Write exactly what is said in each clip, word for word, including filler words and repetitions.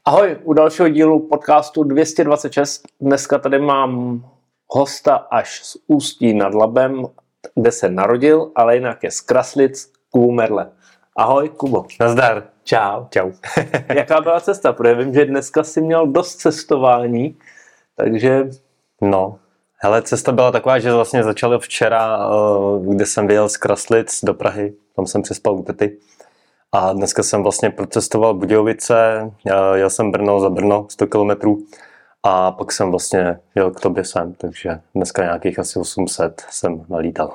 Ahoj, u dalšího dílu podcastu dvě stě dvacet šest. Dneska tady mám hosta až z Ústí nad Labem, kde se narodil, ale jinak je z Kraslic, Kubu Merle. Ahoj, Kubo. Nazdar. Čau. Čau. Jaká byla cesta? Protože vím, že dneska jsi měl dost cestování, takže... No, hele, cesta byla taková, že vlastně začala včera, kde jsem vyjel z Kraslic do Prahy, tam jsem přespal u tety. A dneska jsem vlastně procestoval Budějovice, jel jsem Brno za Brno, sto kilometrů. A pak jsem vlastně jel k tobě sem, takže dneska nějakých asi osm set jsem nalítal.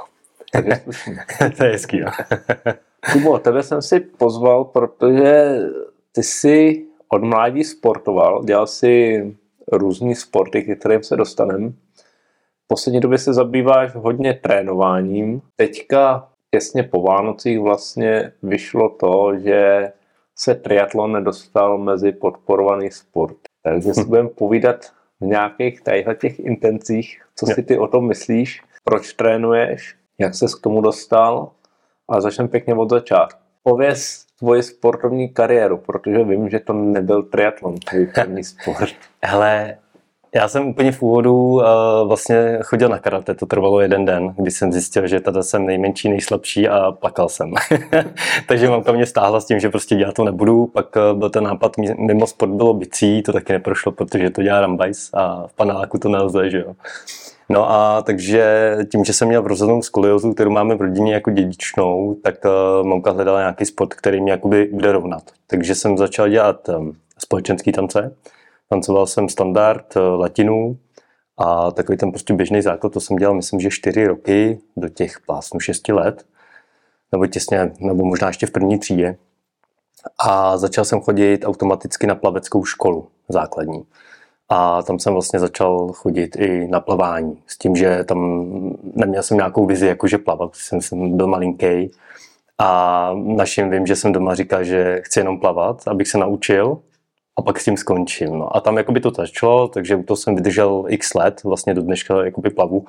To je hezký, jo. Kubo, tebe jsem si pozval, protože ty jsi od mládí sportoval, dělal si různý sporty, k kterým se dostaneme. V poslední době se zabýváš hodně trénováním. Teďka těsně po Vánocích vlastně vyšlo to, že se triatlon nedostal mezi podporovaný sport. Takže si budeme povídat v nějakých těch intencích, co si ty o tom myslíš, proč trénuješ, jak ses k tomu dostal, a začneme pěkně od začátku. Pověz tvoji sportovní kariéru, protože vím, že to nebyl triatlon, tvůj první sport. Hele, já jsem úplně v úvodu uh, vlastně chodil na karate, to trvalo jeden den, kdy jsem zjistil, že tady jsem nejmenší, nejslabší a plakal jsem. Takže mamka mě stáhla s tím, že prostě dělat to nebudu, pak uh, byl ten nápad mimo sport bylo bicí, to taky neprošlo, protože to dělá Rambajs a v paneláku to nelze, že jo. No a takže tím, že jsem měl vrozenou skoliozu, kterou máme v rodině jako dědičnou, tak uh, mamka hledala nějaký sport, který mě jakoby bude rovnat. Takže jsem začal dělat um, společenský tance. Tancoval jsem standard, latinu a takový ten prostě běžný základ, to jsem dělal myslím, že čtyři roky do těch plásnu šesti let, nebo těsně, nebo možná ještě v první třídě. A začal jsem chodit automaticky na plaveckou školu základní. A tam jsem vlastně začal chodit i na plavání, s tím, že tam neměl jsem nějakou vizi, jakože plavat, jsem, jsem byl malinký. A našim vím, že jsem doma říkal, že chci jenom plavat, abych se naučil. A pak s tím skončím. No. A tam jakoby to začalo, takže u toho jsem vydržel x let, vlastně do dneška jakoby plavu.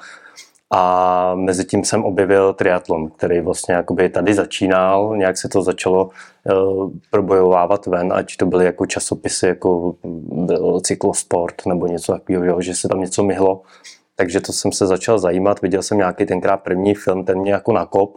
A mezi tím jsem objevil triatlon, který vlastně jakoby tady začínal, nějak se to začalo uh, probojovávat ven, ať to byly jako časopisy, jako byl cyklosport nebo něco takového, že se tam něco myhlo. Takže to jsem se začal zajímat, viděl jsem nějaký tenkrát první film, ten mě jako nakop.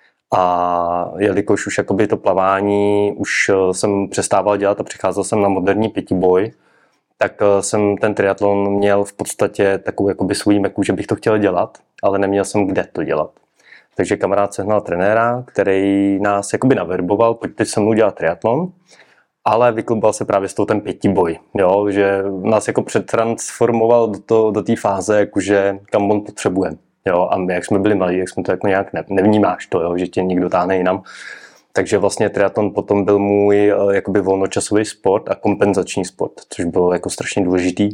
A jelikož už jakoby to plavání už jsem přestával dělat a přicházel jsem na moderní pětiboj, tak jsem ten triatlon měl v podstatě takovou jakoby svůj meku, že bych to chtěl dělat, ale neměl jsem kde to dělat. Takže kamarád sehnal trenéra, který nás jakoby naverboval, pojďte se mnou dělat triatlon, ale vyklubal se právě z toho ten pětiboj, jo, že nás jako přetransformoval do, to, do té fáze, jakože kam on potřebuje. Jo, a my, jak jsme byli malí, jak jsme to jako nějak ne, nevnímáš to, jo, že tě někdo táhne jinam. Takže vlastně triatlon potom byl můj jakoby volnočasový sport a kompenzační sport, což bylo jako strašně důležitý.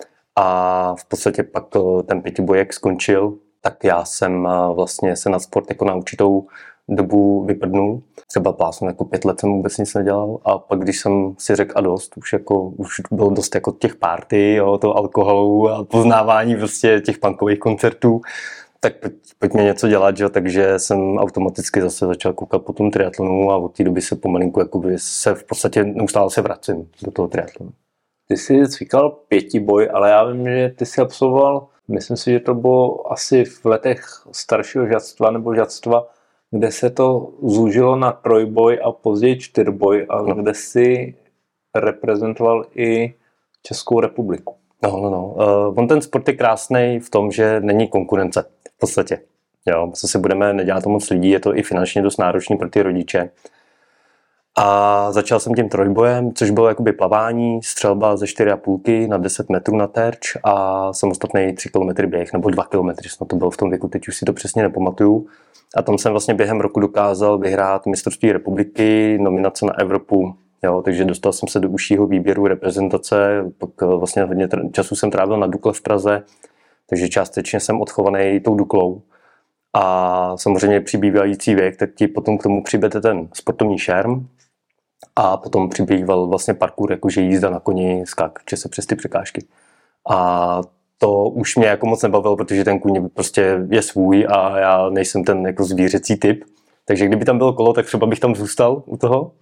A v podstatě pak ten pětibojek skončil, tak já jsem vlastně se na sport jako na určitou dobu vyprdnul. Třeba plásnu jako pět let jsem vůbec nic nedělal a pak když jsem si řekl a dost, už jako už bylo dost jako těch party, jo, toho alkoholu a poznávání prostě těch punkových koncertů, tak pojď, pojďme něco dělat, že? Takže jsem automaticky zase začal koukat po tom triatlonu a od té doby se pomalinku jakoby se v podstatě neustále se vracím do toho triatlonu. Ty jsi cvikal pětiboj, ale já vím, že ty jsi absolvoval, myslím si, že to bylo asi v letech staršího žadstva nebo žadstva, kde se to zúžilo na trojboj a později čtyřboj a no. Kde si reprezentoval i Českou republiku. No, no, no. Uh, on ten sport je krásný v tom, že není konkurence v podstatě. Jo, co si budeme, nedělá to moc lidí, je to i finančně dost náročný pro ty rodiče. A začal jsem tím trojbojem, což bylo jakoby plavání, střelba ze čtyři a půl na deset metrů na terč a samostatný tři kilometry běh, nebo dva kilometry, snad to bylo v tom věku, teď už si to přesně nepamatuju. A tam jsem vlastně během roku dokázal vyhrát mistrovství republiky, nominace na Evropu, jo, takže dostal jsem se do užšího výběru reprezentace, pak vlastně hodně času jsem trávil na Dukle v Praze, takže částečně jsem odchovaný tou Duklou. A samozřejmě přibývající věk, tak ti potom k tomu přibete ten sportovní šerm a potom přibýval vlastně parkour, jakože jízda na koni, skak, že se přes ty překážky. A to už mě jako moc nebavilo, protože ten kůň prostě je svůj a já nejsem ten jako zvířecí typ. Takže kdyby tam bylo kolo, tak třeba bych tam zůstal u toho.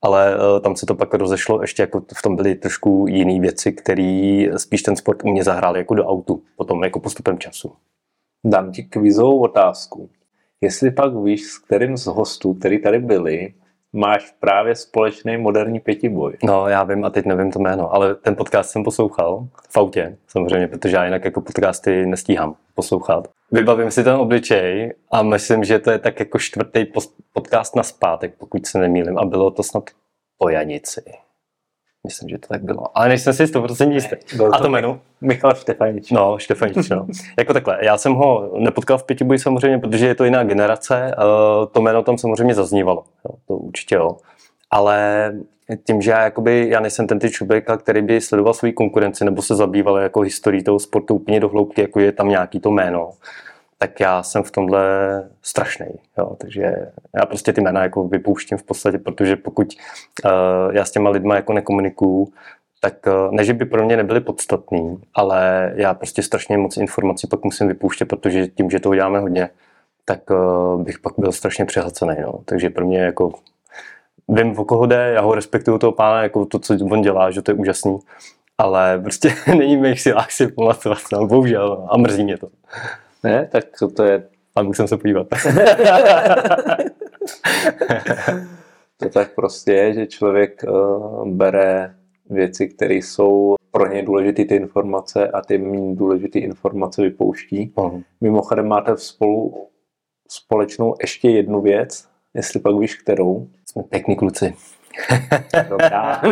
ale tam se to pak rozešlo, ještě jako v tom byly trošku jiné věci, které spíš ten sport u mě zahrál jako do autu, potom jako postupem času. Dám ti kvizovou otázku. Jestli pak víš, s kterým z hostů, který tady byli, máš právě společný moderní pětiboj. No, já vím a teď nevím to jméno, ale ten podcast jsem poslouchal v autě, samozřejmě, protože já jinak jako podcasty nestíhám poslouchat. Vybavím si ten obličej a myslím, že to je tak jako čtvrtý podcast na zpátek, pokud se nemýlím, a bylo to snad po Janici. Myslím, že to tak bylo. Ale nejsem si sto procent jistý. A to jméno? Michal Štefanič. No, Štefanič, no. Jako takhle. Já jsem ho nepotkal v pětiboji samozřejmě, protože je to jiná generace. To jméno tam samozřejmě zaznívalo. Jo, to určitě jo. Ale tím, že já, jakoby, já nejsem ten typ člověka, který by sledoval svou konkurenci nebo se zabýval jako historií toho sportu úplně do hloubky, jako je tam nějaký to jméno, tak já jsem v tomhle strašnej. Jo. Takže já prostě ty jména jako vypouštím v podstatě, protože pokud uh, já s těma lidma jako nekomunikuju, tak uh, ne, že by pro mě nebyly podstatný, ale já prostě strašně moc informací pak musím vypouštět, protože tím, že to děláme hodně, tak uh, bych pak byl strašně přehlcený. No. Takže pro mě jako vím, o koho jde, já ho respektuju toho pána, jako to, co on dělá, že to je úžasný, ale prostě není v mých silách si pamatovat, no, bohužel, a mrzí mě to. Ne, tak to je... A musím se podívat. To tak prostě je, že člověk uh, bere věci, které jsou pro ně důležité ty informace a ty méně důležité informace vypouští. Uh-huh. Mimochodem máte spolu společnou ještě jednu věc, jestli pak víš, kterou. Jsme pěkní kluci. Dobrá.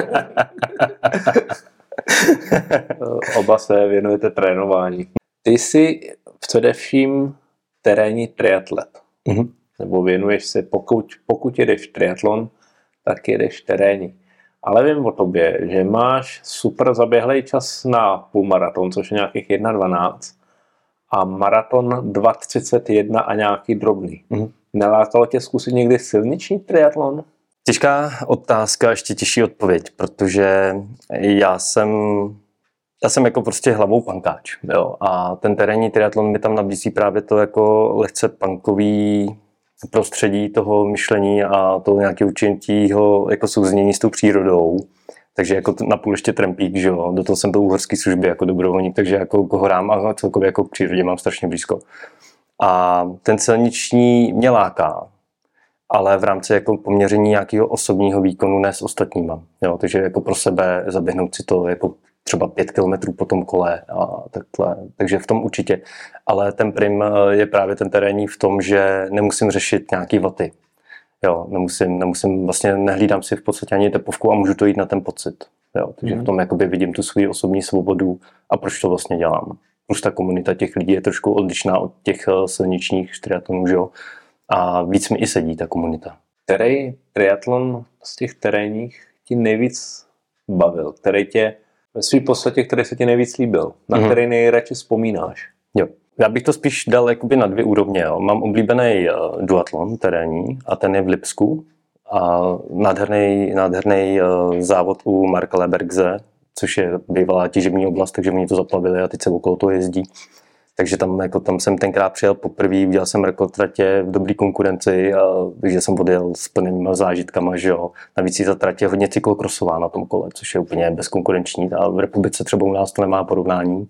Oba se věnujete trénování. Ty jsi především terénní triatlet. Uh-huh. Nebo věnuješ se, pokud, pokud jedeš triatlon, tak jedeš terénní. Ale vím o tobě, že máš super zaběhlej čas na půlmaraton, což je nějakých jedna dvanáct, a maraton dva třicet jedna a nějaký drobný. Uh-huh. Nelákalo tě zkusit někdy silniční triatlon? Těžká otázka, ještě těžší odpověď, protože já jsem, já jsem jako prostě hlavou pankáč. Jo? A ten terénní triatlon mi tam nabízí právě to jako lehce punkový prostředí toho myšlení a toho nějakého určitého jako souznění s tou přírodou. Takže jako na půl ještě trampík, že jo, do toho jsem byl u horské služby jako dobrovolník, takže jako k horám a celkově jako k přírodě mám strašně blízko. A ten silniční mě láká, ale v rámci jako poměření nějakého osobního výkonu ne s ostatníma. Jo, takže jako pro sebe zaběhnout si to jako třeba pět kilometrů po tom kole a takhle. Takže v tom určitě. Ale ten prim je právě ten terénní v tom, že nemusím řešit nějaký vaty. Jo, nemusím, nemusím, vlastně nehlídám si v podstatě ani tepovku a můžu to jít na ten pocit. Jo, takže mm. v tom jakoby vidím tu svou osobní svobodu a proč to vlastně dělám. Plus ta komunita těch lidí je trošku odlišná od těch silničních triatlonů, že jo. A víc mi i sedí ta komunita. Který triatlon z těch terénních ti nejvíc bavil? Který tě ve své podstatě, který se ti nejvíc líbil? Na mm. který nejradši vzpomínáš? Jo. Já bych to spíš dal jakoby na dvě úrovně. Jo. Mám oblíbený uh, duatlon terénní a ten je v Lipsku. A nádherný, nádherný uh, závod u Marka Lebergse, což je bývalá těžební oblast, takže oni to zaplavili a teď se okolo toho jezdí. Takže tam, jako, tam jsem tenkrát přijel poprvé, udělal jsem rekord tratě v dobrý konkurenci, a, takže jsem odjel s plnými zážitkama, že jo. Navíc ta trať je hodně cyklokrosová na tom kole, což je úplně bezkonkurenční. A v republice třeba u nás to nemá porovnání.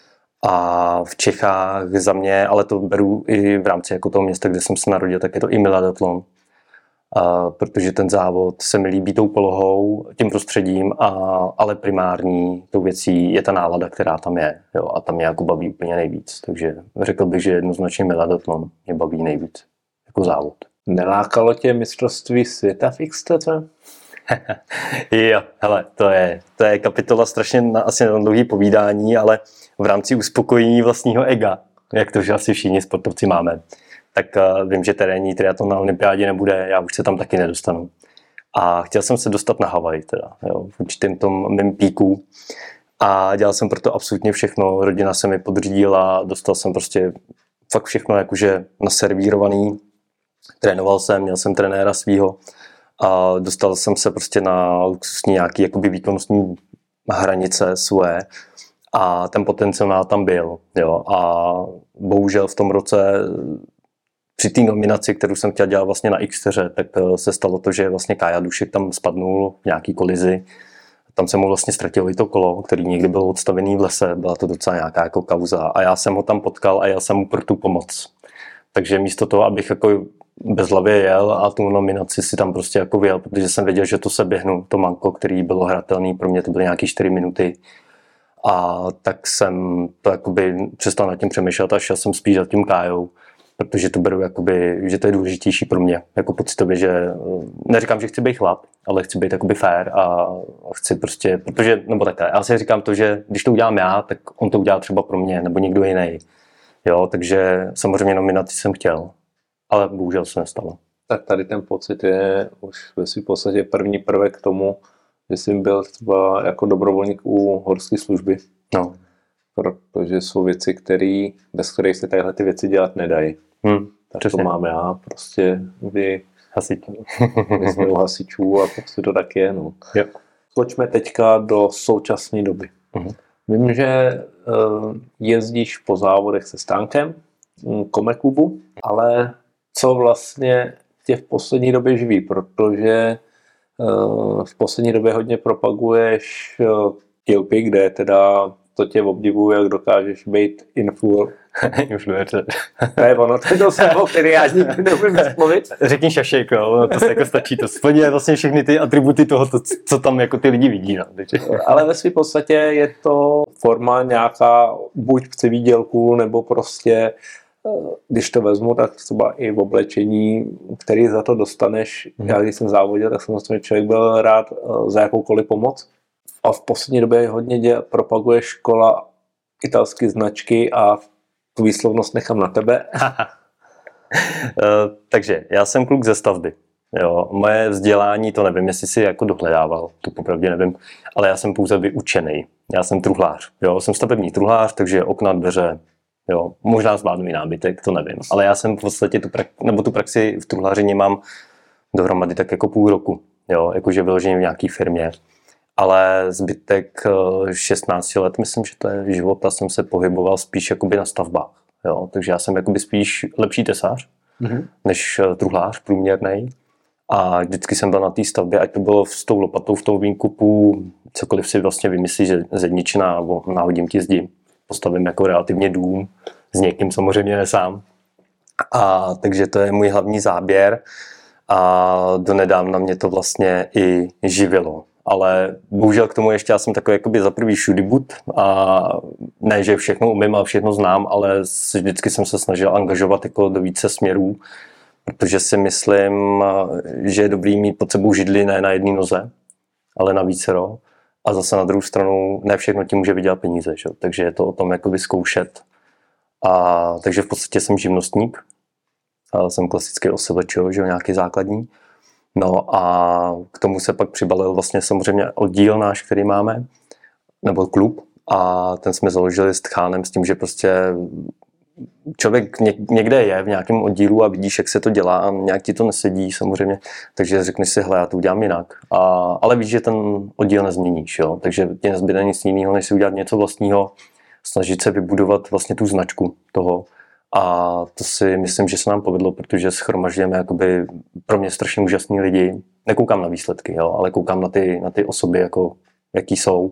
A v Čechách za mě, ale to beru i v rámci jako toho města, kde jsem se narodil, tak je to i Miladatlon. A protože ten závod se mi líbí tou polohou, tím prostředím, a, ale primární tou věcí je ta nálada, která tam je. Jo, a tam mě jako baví úplně nejvíc. Takže řekl bych, že jednoznačně Miladatlon mě baví nejvíc jako závod. Nelákalo tě mistrovství světa v X T C? Jo, hele, to je, to je kapitola strašně na, asi na dlouhý povídání, ale v rámci uspokojení vlastního ega, jak to, že asi všichni sportovci máme, tak uh, vím, že terénní triatlon na olympiádě nebude, já už se tam taky nedostanu. A chtěl jsem se dostat na Havaj, teda, jo, v určitém tom mém píku. A dělal jsem proto absolutně všechno, rodina se mi podřídila, dostal jsem prostě fakt všechno jakože naservírovaný. Trénoval jsem, měl jsem trenéra svýho a dostal jsem se prostě na luxusní nějaký jakoby výkonnostní hranice svoje. A ten potenciál tam byl. Jo. A bohužel v tom roce při té nominaci, kterou jsem chtěl dělat vlastně na Xteře, tak se stalo to, že vlastně Kája Dušek tam spadnul v nějaký kolizi. Tam se mu vlastně ztratilo i to kolo, který někdy bylo odstavený v lese, byla to docela nějaká jako kauza a já jsem ho tam potkal a jel jsem mu pro tu pomoc. Takže místo toho, abych jako bezhlavě jel a tu nominaci si tam prostě jako vyjel, protože jsem věděl, že to se běhnu, to manko, který bylo hratelný, pro mě to byly nějaký čtyři minuty. A tak jsem to jakoby přestal nad tím přemýšlet a šel jsem spíš za tím Kájou, protože to beru jakoby, že to je důležitější pro mě, jako pocitově, že neříkám, že chci být chlap, ale chci být jakoby fair a chci prostě, protože, nebo takhle, já si říkám to, že když to udělám já, tak on to udělá třeba pro mě, nebo někdo jiný. Jo, takže samozřejmě nominaci jsem chtěl, ale bohužel se nestalo. Tak tady ten pocit je už ve svým podstatě první prvek k tomu, že jsem byl třeba jako dobrovolník u horské služby. No. Protože jsou věci, který, bez kterých se tadyhle ty věci dělat nedají. Hmm, tak přesně. to mám já, prostě vy, Hasič. my jsme u hasičů a prostě to tak je. No. Yep. Skočme teďka do současné doby. Uh-huh. Vím, že uh, jezdíš po závodech se stánkem, Komeklubu, ale co vlastně tě v poslední době živí, protože uh, v poslední době hodně propaguješ uh, Kilpy, kde teda to tě obdivuju, jak dokážeš být influ. Influencer. To je ono, to je to slovo, který já nikdy neumím vyslovit. Řekni šašek, no, to se jako stačí, to splní vlastně všechny ty atributy toho, to, co tam jako ty lidi vidí. No. Ale ve své podstatě je to forma nějaká, buď v výdělku, nebo prostě, když to vezmu, tak třeba i v oblečení, který za to dostaneš. Hmm. Já když jsem závodil, tak samozřejmě člověk byl rád za jakoukoliv pomoc. A v poslední době hodně dě, propaguje škola italské značky a tu výslovnost nechám na tebe. Takže já jsem kluk ze stavby. Jo, moje vzdělání, to nevím, jestli si jako dohledával, to popravdě nevím, ale já jsem pouze vyučený. Já jsem truhlář. Jo, jsem stavební truhlář, takže okna, dveře, jo, možná zvládnu i nábytek, to nevím. Ale já jsem v podstatě tu, prak, nebo tu praxi v truhlářině mám dohromady tak jako půl roku. Jo, jakože vyloženě v nějaký firmě. Ale zbytek šestnáct let, myslím, že to je života, jsem se pohyboval spíš jakoby na stavbách. Jo? Takže já jsem jakoby spíš lepší tesař, mm-hmm. než truhlář průměrnej. A vždycky jsem byl na té stavbě, ať to bylo s tou lopatou v tom výkupu, cokoliv si vlastně vymyslíš, že zedničina, nebo nahodím ti zdi, postavím jako relativně dům, s někým samozřejmě ne sám. A takže to je můj hlavní záběr a donedávna mě to vlastně i živilo. Ale bohužel k tomu ještě já jsem takový jakoby za prvý šudibut a ne, že všechno umím a všechno znám, ale vždycky jsem se snažil angažovat jako do více směrů, protože si myslím, že je dobrý mít pod sebou židli ne na jedné noze, ale na vícero. A zase na druhou stranu ne všechno ti může vydělat peníze, že? Takže je to o tom jakoby zkoušet. A takže v podstatě jsem živnostník, a jsem klasický oseveč, že nějaký základní. No a k tomu se pak přibalil vlastně samozřejmě oddíl náš, který máme, nebo klub, a ten jsme založili s Tchánem s tím, že prostě člověk někde je v nějakém oddílu a vidíš, jak se to dělá a nějak ti to nesedí samozřejmě, takže řekneš si, hele, já to udělám jinak. A, ale víš, že ten oddíl nezměníš, jo? Takže ti nezbyde nic jiného, než si udělat něco vlastního, snažit se vybudovat vlastně tu značku toho. A to si myslím, že se nám povedlo, protože shromažďujeme jakoby pro mě strašně úžasný lidi. Nekoukám na výsledky, jo, ale koukám na ty, na ty osoby, jako, jaký jsou.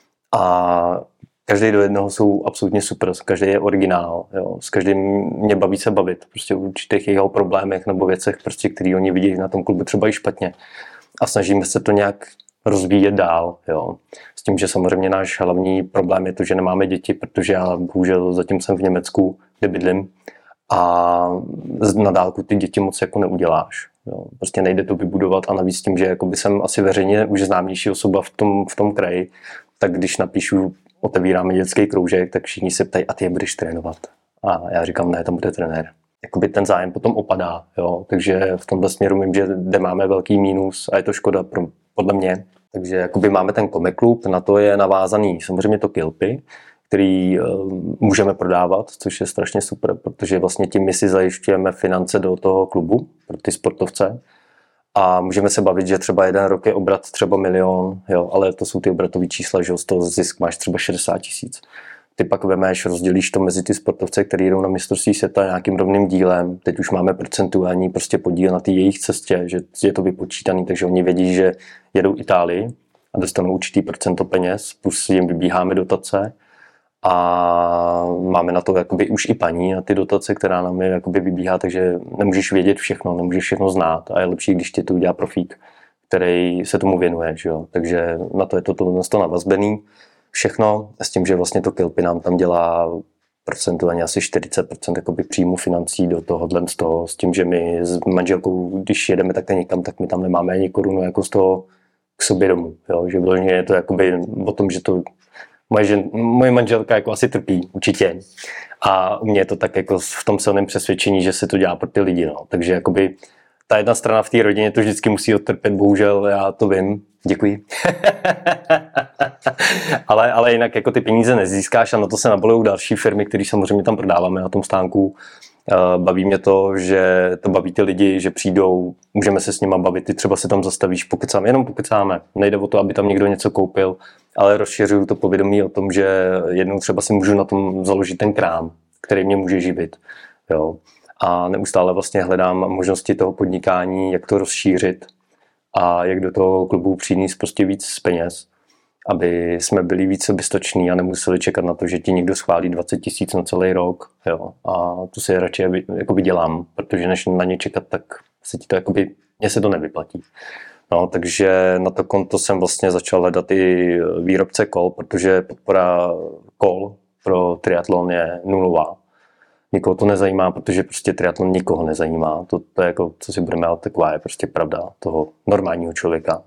A každý do jednoho jsou absolutně super, každý je originál. Jo. S každým mě baví se bavit prostě o určitých jeho problémech nebo věcech, prostě, které oni vidí na tom klubu třeba i špatně. A snažíme se to nějak rozvíjet dál. Jo. S tím, že samozřejmě náš hlavní problém je to, že nemáme děti, protože já bohužel zatím jsem v Německu, kde bydlím, a na dálku ty děti moc jako neuděláš. Jo. Prostě nejde to vybudovat a navíc tím, že jakoby jsem asi veřejně už známější osoba v tom, v tom kraji, tak když napíšu, otevíráme dětský kroužek, tak všichni se ptají, a ty je budeš trénovat. A já říkám, ne, tam bude trenér. Jakoby ten zájem potom opadá. Jo. Takže v tomhle směru vím, že kde máme velký mínus a je to škoda pro, podle mě. Takže jakoby máme ten Komeklub, na to je navázaný samozřejmě to Kilpy, který uh, můžeme prodávat, což je strašně super, protože vlastně tím my si zajišťujeme finance do toho klubu pro ty sportovce a můžeme se bavit, že třeba jeden rok je obrat třeba milion, jo, ale to jsou ty obratové čísla, že z toho zisk máš třeba šedesát tisíc. ty pak vemeš, rozdělíš to mezi ty sportovce, kteří jdou na mistrovství světa nějakým rovným dílem. Teď už máme procentuální prostě podíl na té jejich cestě, že je to vypočítaný, takže oni vědí, že jedou Itálii a dostanou určitý procento peněz, plus jim vybíháme dotace a máme na to jakoby už i paní na ty dotace, která nám je jakoby vybíhá, takže nemůžeš vědět všechno, nemůžeš všechno znát a je lepší, když ti to udělá profík, který se tomu věnuje, že jo? Takže na to je to, to, to navazbený všechno, s tím, že vlastně to Kelpie nám tam dělá procentuálně asi čtyřicet procent jakoby příjmu financí do tohohle z toho, s tím, že my s manželkou, když jedeme takhle někam, tak my tam nemáme ani korunu jako z toho k sobě domů, jo? Že vlastně je to jakoby o tom, že to moje, žen, moje manželka jako asi trpí, určitě. A u mě je to tak jako v tom silném přesvědčení, že se to dělá pro ty lidi, no. Takže jakoby ta jedna strana v té rodině to vždycky musí odtrpět, bohužel, já to vím. Děkuji. ale, ale jinak jako ty peníze nezískáš a na to se nabalují další firmy, které samozřejmě tam prodáváme na tom stánku. Baví mě to, že to baví ty lidi, že přijdou, můžeme se s nima bavit, ty třeba se tam zastavíš, pokecáme, jenom pokecáme. Nejde o to, aby tam někdo něco koupil, ale rozšiřuju to povědomí o tom, že jednou třeba si můžu na tom založit ten krám, který mě může živit. Jo. A neustále vlastně hledám možnosti toho podnikání, jak to rozšířit a jak do toho klubu přinést prostě víc peněz, aby jsme byli víc soběstační a nemuseli čekat na to, že ti někdo schválí dvacet tisíc na celý rok. Jo. A to si radši jakoby dělám, protože než na ně čekat, tak se ti to jakoby, mně se to nevyplatí. No, takže na to konto jsem vlastně začal hledat i výrobce kol, protože podpora kol pro triatlon je nulová. Nikoho to nezajímá, protože prostě triatlon nikoho nezajímá. To, to je jako, co si budeme, ale taková je prostě pravda toho normálního člověka.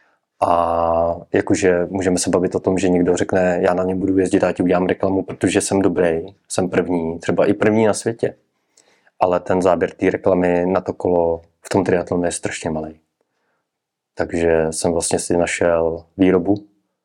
A jakože můžeme se bavit o tom, že někdo řekne, já na ně budu jezdit, já ti udělám reklamu, protože jsem dobrý, jsem první, třeba i první na světě. Ale ten záběr té reklamy na to kolo v tom triatlonu je strašně malý. Takže jsem vlastně si našel výrobu,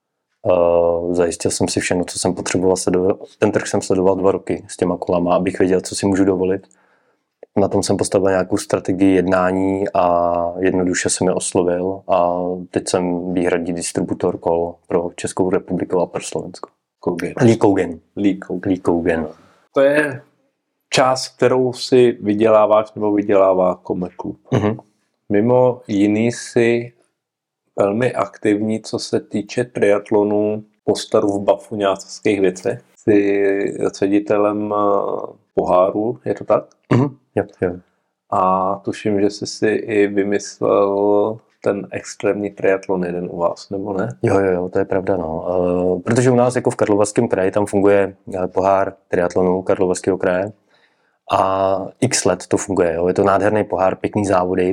Uh, zajistil jsem si všechno, co jsem potřeboval sledovat. Ten trh jsem sledoval dva roky s těma kolama, abych věděl, co si můžu dovolit. Na tom jsem postavil nějakou strategii jednání a jednoduše jsem je oslovil a teď jsem výhradní distributor kol pro Českou republiku a pro Slovensko. Lee Kougen. Lee Kougen. Lee Kougen. To je část, kterou si vyděláváš nebo vydělává Kome Klub. Uh-huh. Mimo jiný si velmi aktivní, co se týče triatlonu, postaru v bafu nějakých věcech. Jsi ředitelem poháru, je to tak? Mm-hmm. Jo, jo. A tuším, že jsi si i vymyslel ten extrémní triatlon jeden u vás, nebo ne? Jo, jo, jo, to je pravda, no. Uh, protože u nás jako v Karlovarském kraji tam funguje pohár triatlonu Karlovarského kraje a x let to funguje, jo. Je to nádherný pohár, pěkný závody.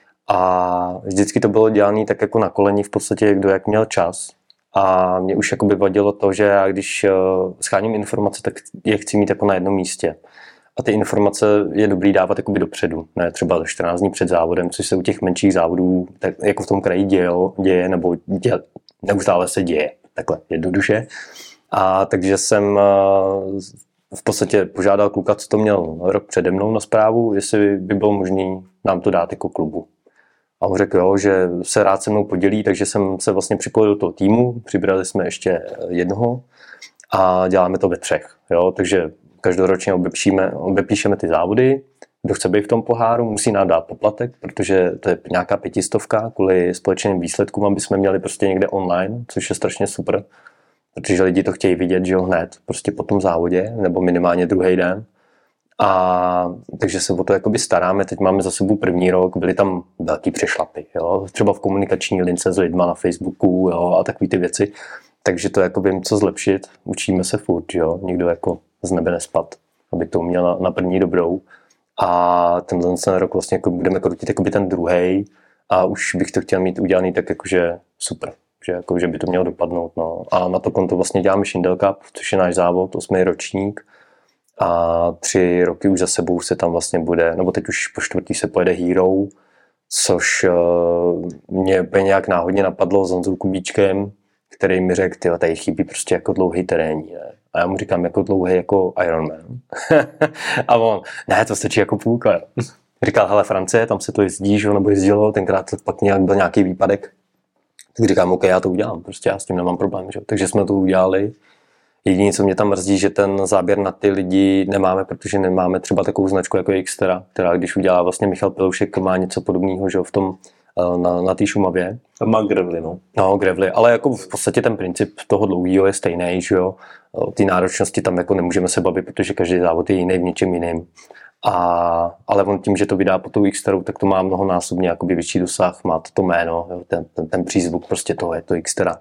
A vždycky to bylo dělané tak jako na koleni v podstatě, kdo jak měl čas. A mě už jakoby vadilo to, že já když scháním informace, tak je chci mít jako na jednom místě. A ty informace je dobrý dávat jakoby dopředu, ne třeba čtrnáct dní před závodem, což se u těch menších závodů tak jako v tom kraji děje, děje nebo děje, neustále se děje, takhle jednoduše. A takže jsem v podstatě požádal kluka, co to měl rok přede mnou na správu, jestli by bylo možné nám to dát jako klubu. A on řekl, jo, že se rád se mnou podělí, takže jsem se vlastně připojil do toho týmu, přibrali jsme ještě jednoho a děláme to ve třech. Jo, takže každoročně obepíšeme, obepíšeme ty závody, kdo chce být v tom poháru, musí nám dát poplatek, protože to je nějaká pětistovka kvůli společným výsledkům, aby jsme měli prostě někde online, což je strašně super, protože lidi to chtějí vidět, že jo, hned, prostě po tom závodě, nebo minimálně druhý den. A takže se o to jakoby staráme, teď máme za sebou první rok, byly tam velký přešlapy, jo? Třeba v komunikační lince s lidma na Facebooku, jo? A takový ty věci, takže to jakoby jim co zlepšit, učíme se furt, jo? Nikdo jako z nebe nespad, aby to uměl na, na první dobrou a tenhle ten rok vlastně jako budeme krutit jakoby ten druhej a už bych to chtěl mít udělaný tak jakože super, že, jako, že by to mělo dopadnout, no. A na to konto vlastně děláme Šindel Cup, což je náš závod, osmý ročník. A tři roky už za sebou se tam vlastně bude, nebo teď už po čtvrtý se pojede Hero, což uh, mě úplně nějak náhodně napadlo s Honzou Kubíčkem, který mi řekl, tyhle, tady chybí prostě jako dlouhý terénní, ne? A já mu říkám, jako dlouhý jako Ironman. A on, ne, to stačí jako půlka. Říkal, hele, Francie, tam se to jezdí, že, nebo jezdilo, tenkrát pak nějak byl nějaký výpadek. Tak říkám, OK, já to udělám, prostě já s tím nemám problém, že? Takže jsme to udělali. Jediné, co mě tam mrzí, že ten záběr na ty lidi nemáme, protože nemáme třeba takovou značku jako Xtera, která když udělá vlastně Michal Piloušek, má něco podobného, že v tom na, na té Šumavě. To má Gravelly, no. No, Gravelly, ale jako v podstatě ten princip toho dlouhého je stejný, že jo. Ty náročnosti tam jako nemůžeme se bavit, protože každý závod je jiný v něčem jiným. A, ale on tím, že to vydá po tou Xteru, tak to má mnohonásobně jakoby větší dosah, má to, to jméno, jo, ten, ten, ten přízvuk prostě toho je to Xtera.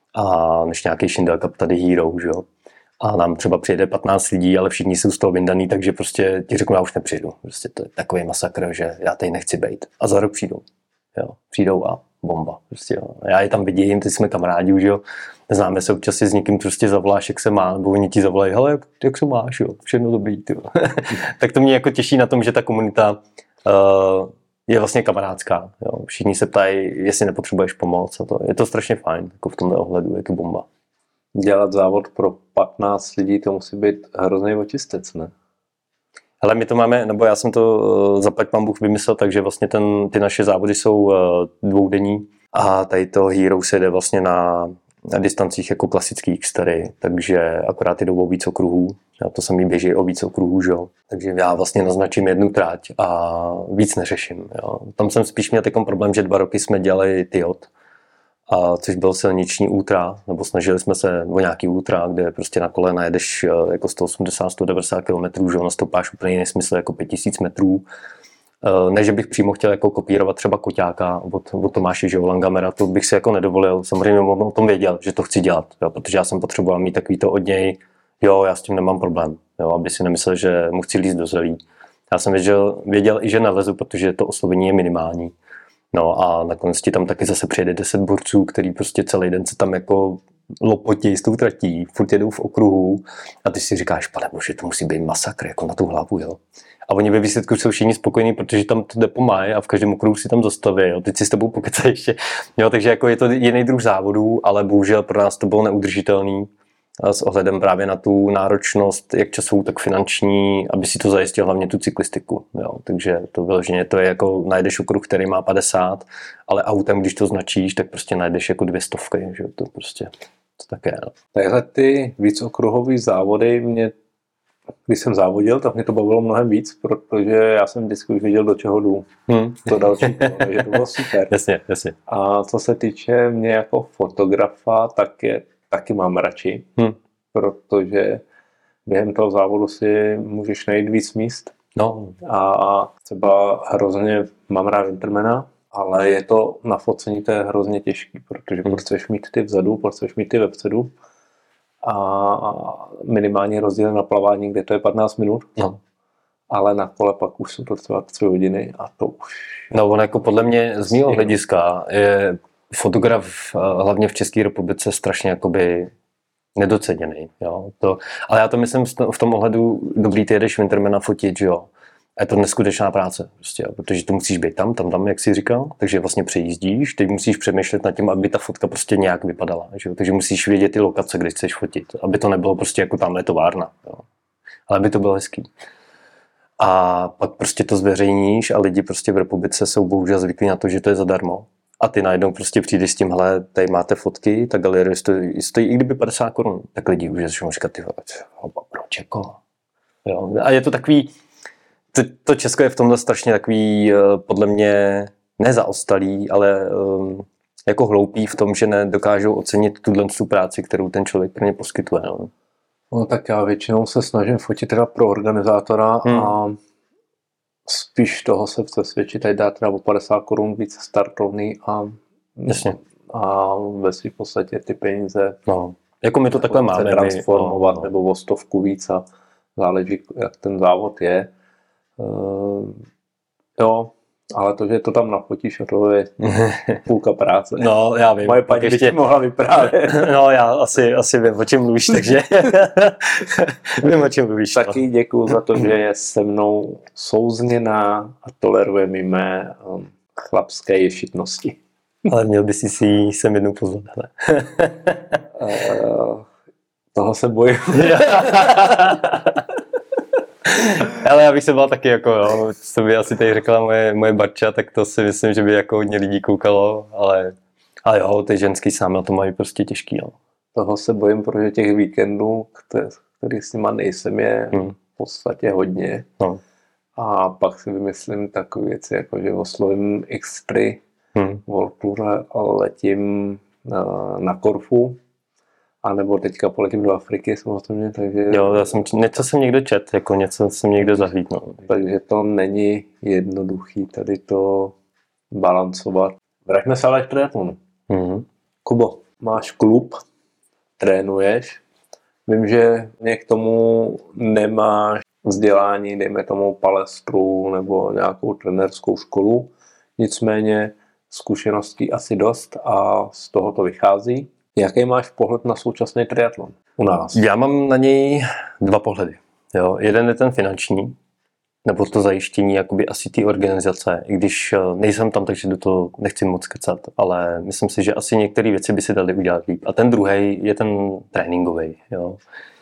A než nějaký Schindel Cup tady Hero, že jo. A nám třeba přijede patnáct lidí, ale všichni jsou z toho vyndaný, takže prostě ti řeknu, já už nepřijdu. Prostě to je takový masakr, že já tady nechci bejt. A za rok přijdou. Jo, přijdou a bomba. Prostě, jo. Já je tam vidím, teď jsme kamarádi už, jo. Známe se občas si s někým prostě zavoláš, jak se má, nebo oni ti zavolají, hele, jak, jak se máš, jo, všechno dobrý, jo. Tak to mě jako těší na tom, že ta komunita uh, je vlastně kamarádská. Jo. Všichni se ptají, jestli nepotřebuješ pomoc. A to, je to strašně fajn, jako v tomhle ohledu, jak je bomba. Dělat závod pro patnáct lidí, to musí být hrozný očistec, ne? Ale my to máme, nebo já jsem to zaplať pán Bůh vymyslel, takže vlastně ten, ty naše závody jsou dvoudenní a tady to Hero se jde vlastně na, na distancích jako klasický Xtery, takže akorát jdou o víc okruhů, a to samý běží o víc okruhů, že jo. Takže já vlastně naznačím jednu trať a víc neřeším, jo. Tam jsem spíš měl takový problém, že dva roky jsme dělali Tyot, a což byl silniční ultra, nebo snažili jsme se o nějaký ultra, kde prostě na kole najedeš jako sto osmdesát až sto devadesát kilometrů, že nastopáš úplně nesmysl jako pět tisíc metrů. Ne, že bych přímo chtěl jako kopírovat třeba Koťáka od, od Tomáše, že Langamera, to bych si jako nedovolil. Samozřejmě on o tom věděl, že to chci dělat, jo, protože já jsem potřeboval mít takový to od něj, jo, já s tím nemám problém, jo, aby si nemyslel, že mu chci líst do zelí. Já jsem věděl, věděl i, že nalezu, protože to oslovení je minimální. No a nakonec ti tam taky zase přijede deset borců, který prostě celý den se tam jako lopotí s tou tratí, furt jedou v okruhu a ty si říkáš, pane bože, to musí být masakr, jako na tu hlavu, jo. A oni ve výsledku jsou všichni spokojení, protože tam to depo mají a v každém okruhu si tam zastaví, jo. Teď si s tebou pokecají ještě, jo, takže jako je to jiný druh závodů, ale bohužel pro nás to bylo neudržitelný s ohledem právě na tu náročnost, jak časovou, tak finanční, aby si to zajistil hlavně tu cyklistiku. Jo. Takže to vyloženě to je jako najdeš okruh, který má padesát, ale autem, když to značíš, tak prostě najdeš jako dvě stovky, že to prostě to tak je. No. Takhle ty vícokruhové závody mě, když jsem závodil, tak mě to bavilo mnohem víc, protože já jsem vždycky už věděl, do čeho jdu. Hmm. To další, takže to bylo super. Jasně, jasně. A co se týče mě jako fotografa, tak je taky mám radši, hmm. protože během toho závodu si můžeš najít víc míst. No. A třeba hrozně mám rád Wintermana, ale je to na focení, to je hrozně těžký, protože hmm. potřebuješ mít ty vzadu, potřebuješ mít ty vepředu a minimální rozdíl na plavání, kde to je patnáct minut. No. Ale na kole pak už jsou to třeba tři hodiny a to už... No on jako podle mě z mého hlediska je fotograf hlavně v České republice strašně jakoby nedoceněný, jo. To, ale já to myslím v tom ohledu, dobrý, ty jedeš Wintermana fotit, že jo. A je to neskutečná práce, prostě, jo, protože to musíš být tam, tam, tam, jak jsi říkal, takže vlastně přejíždíš, teď musíš přemýšlet nad tím, aby ta fotka prostě nějak vypadala, že jo. Takže musíš vědět ty lokace, kde chceš fotit, aby to nebylo prostě jako tamhle továrna, jo. Ale aby to bylo hezký. A pak prostě to zveřejníš a lidi prostě v republice jsou bohužel zvyklí na to, že to je zadarmo. A ty najednou prostě přijdeš s tím, hele, tady máte fotky, ta galerie stojí, stojí i kdyby padesát korun, tak lidi už začnou říkat, ty proč jako? Jo. A je to takový, to, to Česko je v tomhle strašně takový, podle mě, nezaostalý, ale um, jako hloupý v tom, že nedokážou ocenit tuhle tu práci, kterou ten člověk pro ně poskytuje. No. No tak já většinou se snažím fotit teda pro organizátora hmm. a spíš toho se přesvědčit, tady dá teda o padesát korun víc startovný a, Jasně. a ve svým podstatě ty peníze no. Jako my to takhle máme. Transformovat no, no. nebo o stovku víc a záleží, jak ten závod je. Uh, jo, ale to, že to tam nafotíš, a to je půlka práce. No, já vím. Moje paní by ještě... mohla vyprávět. No, já asi, asi vím, o čem mluvíš, takže vím, o čem mluvíš. Taky děkuju za to, že je se mnou souzněná a toleruje mi mé um, chlapské ješitnosti. Ale měl by si si jí sem jednou pozvat, hele. uh, toho se bojím. Ale já bych se bál taky jako, jo, co by asi tady řekla moje, moje barča, tak to si myslím, že by jako hodně lidí koukalo, ale, ale jo, ty ženský sám na to mají prostě těžký, jo. toho se bojím, protože těch víkendů, který s nima nejsem, je hmm. v podstatě hodně. No. A pak si vymyslím takové věci, jako že oslovím X tři hmm. World Tour a letím na, na Korfu. A nebo teďka poletím do Afriky samozřejmě, takže... Jo, já jsem, něco jsem někde čet, jako něco jsem někde zahlídnul. Takže to není jednoduchý tady to balancovat. Vraťme se ale k triatlonu. Mm-hmm. Kubo, máš klub, trénuješ. Vím, že mě k tomu nemáš vzdělání, dejme tomu palestru nebo nějakou trenérskou školu. Nicméně zkušeností asi dost a z toho to vychází. Jaký máš pohled na současný triatlon u nás? Já mám na něj dva pohledy. Jo. Jeden je ten finanční, nebo to zajištění jakoby asi té organizace, i když nejsem tam, takže do toho nechci moc kecat, ale myslím si, že asi některé věci by si dali udělat líp. A ten druhý je ten tréninkový. Jo.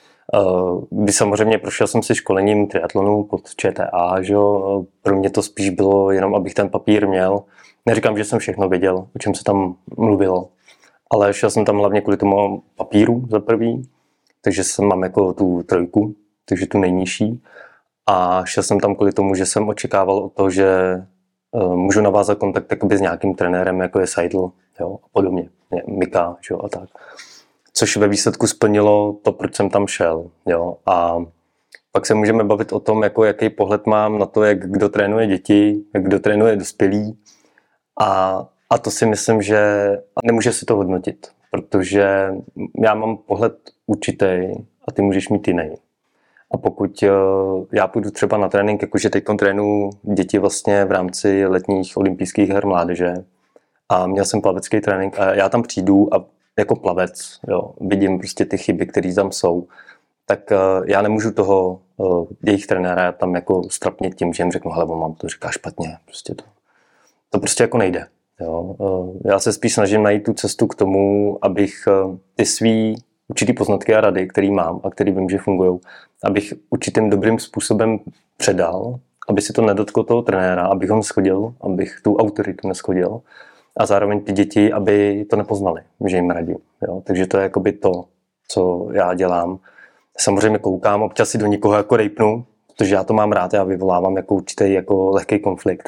Kdy samozřejmě prošel jsem si školením triatlonu pod Č T A, že jo. Pro mě to spíš bylo jenom, abych ten papír měl. Neříkám, že jsem všechno věděl, o čem se tam mluvilo. Ale šel jsem tam hlavně kvůli tomu papíru za prvý, takže jsem mám jako tu trojku, takže tu nejnižší. A šel jsem tam kvůli tomu, že jsem očekával od toho, že uh, můžu navázat kontakt jakoby s nějakým trenérem, jako je Seidl, jo, a podobně, Mika, jo, a tak. Což ve výsledku splnilo to, proč jsem tam šel, jo. A pak se můžeme bavit o tom, jako jaký pohled mám na to, jak kdo trénuje děti, jak kdo trénuje dospělí. A A to si myslím, že nemůže si to hodnotit, protože já mám pohled určitý a ty můžeš mít jiný. A pokud já půjdu třeba na trénink, jakože teď trénuji děti vlastně v rámci letních olympijských her mládeže a měl jsem plavecký trénink a já tam přijdu a jako plavec, jo, vidím prostě ty chyby, které tam jsou, tak já nemůžu toho jejich trenéra tam jako strapnit tím, že jim řeknu, hele, mám to říká špatně, prostě to, to prostě jako nejde. Jo, já se spíš snažím najít tu cestu k tomu, abych ty svý určitý poznatky a rady, který mám a který vím, že fungují, abych určitým dobrým způsobem předal, aby si to nedotklo toho trenéra, abych ho neschodil, abych tu autoritu neschodil a zároveň ty děti, aby to nepoznali, že jim radím. Jo, takže to je jakoby to, co já dělám. Samozřejmě koukám, občas si do někoho jako rejpnu, protože já to mám rád, já vyvolávám jako určitý jako lehký konflikt.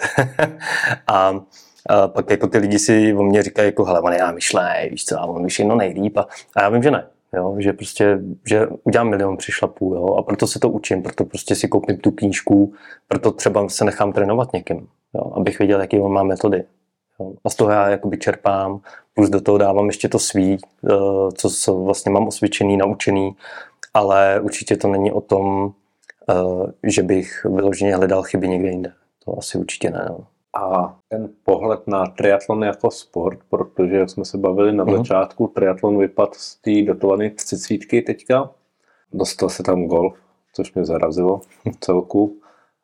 a A pak jako ty lidi si o mě říkají, jako hele, on je námyšlej, víš co, a on víš no nejlíp. A, a já vím, že ne, jo, že prostě, že udělám milion přišlapů, jo, a proto se to učím, proto prostě si koupím tu knížku, proto třeba se nechám trénovat někým, jo, abych věděl, jaký on má metody. Jo. A z toho já jakoby čerpám, plus do toho dávám ještě to svý, co, co vlastně mám osvědčený, naučený, ale určitě to není o tom, že bych vyloženě hledal chyby někde jinde. To asi určitě ne, no. A ten pohled na triatlon jako sport, protože jak jsme se bavili na mm-hmm. začátku, triatlon vypadl z té dotované třicítky teďka. Dostal se tam golf, což mě zarazilo v celku.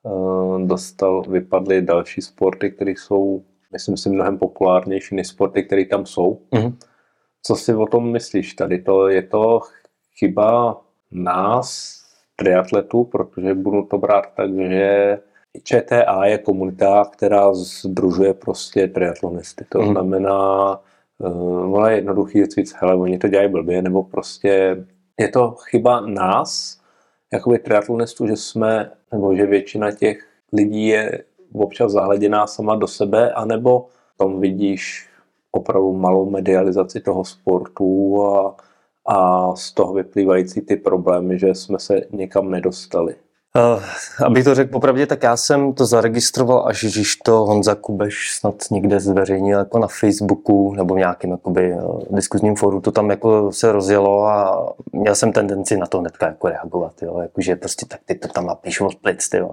Dostal, vypadly další sporty, které jsou, myslím si, mnohem populárnější než sporty, které tam jsou. Mm-hmm. Co si o tom myslíš? Tady to, je to chyba nás, triatletů, protože budu to brát tak, že Č T A je komunita, která sdružuje prostě triatlonisty. To mm. znamená, uh, ono je jednoduchý říct, hele, oni to dělají blbě, nebo prostě je to chyba nás, jakoby triatlonistů, že jsme, nebo že většina těch lidí je občas zahleděná sama do sebe, anebo tam vidíš opravdu malou medializaci toho sportu a, a z toho vyplývající ty problémy, že jsme se někam nedostali. Uh, abych to řekl popravdě, tak já jsem to zaregistroval, až když to Honza Kubeš snad někde zveřejnil jako na Facebooku nebo v nějakém jakoby, uh, diskuzním fóru, to tam jako se rozjelo a měl jsem tendenci na to hnedka jako reagovat, jo, jakože prostě tak ty to tam napíšu od plic, jo.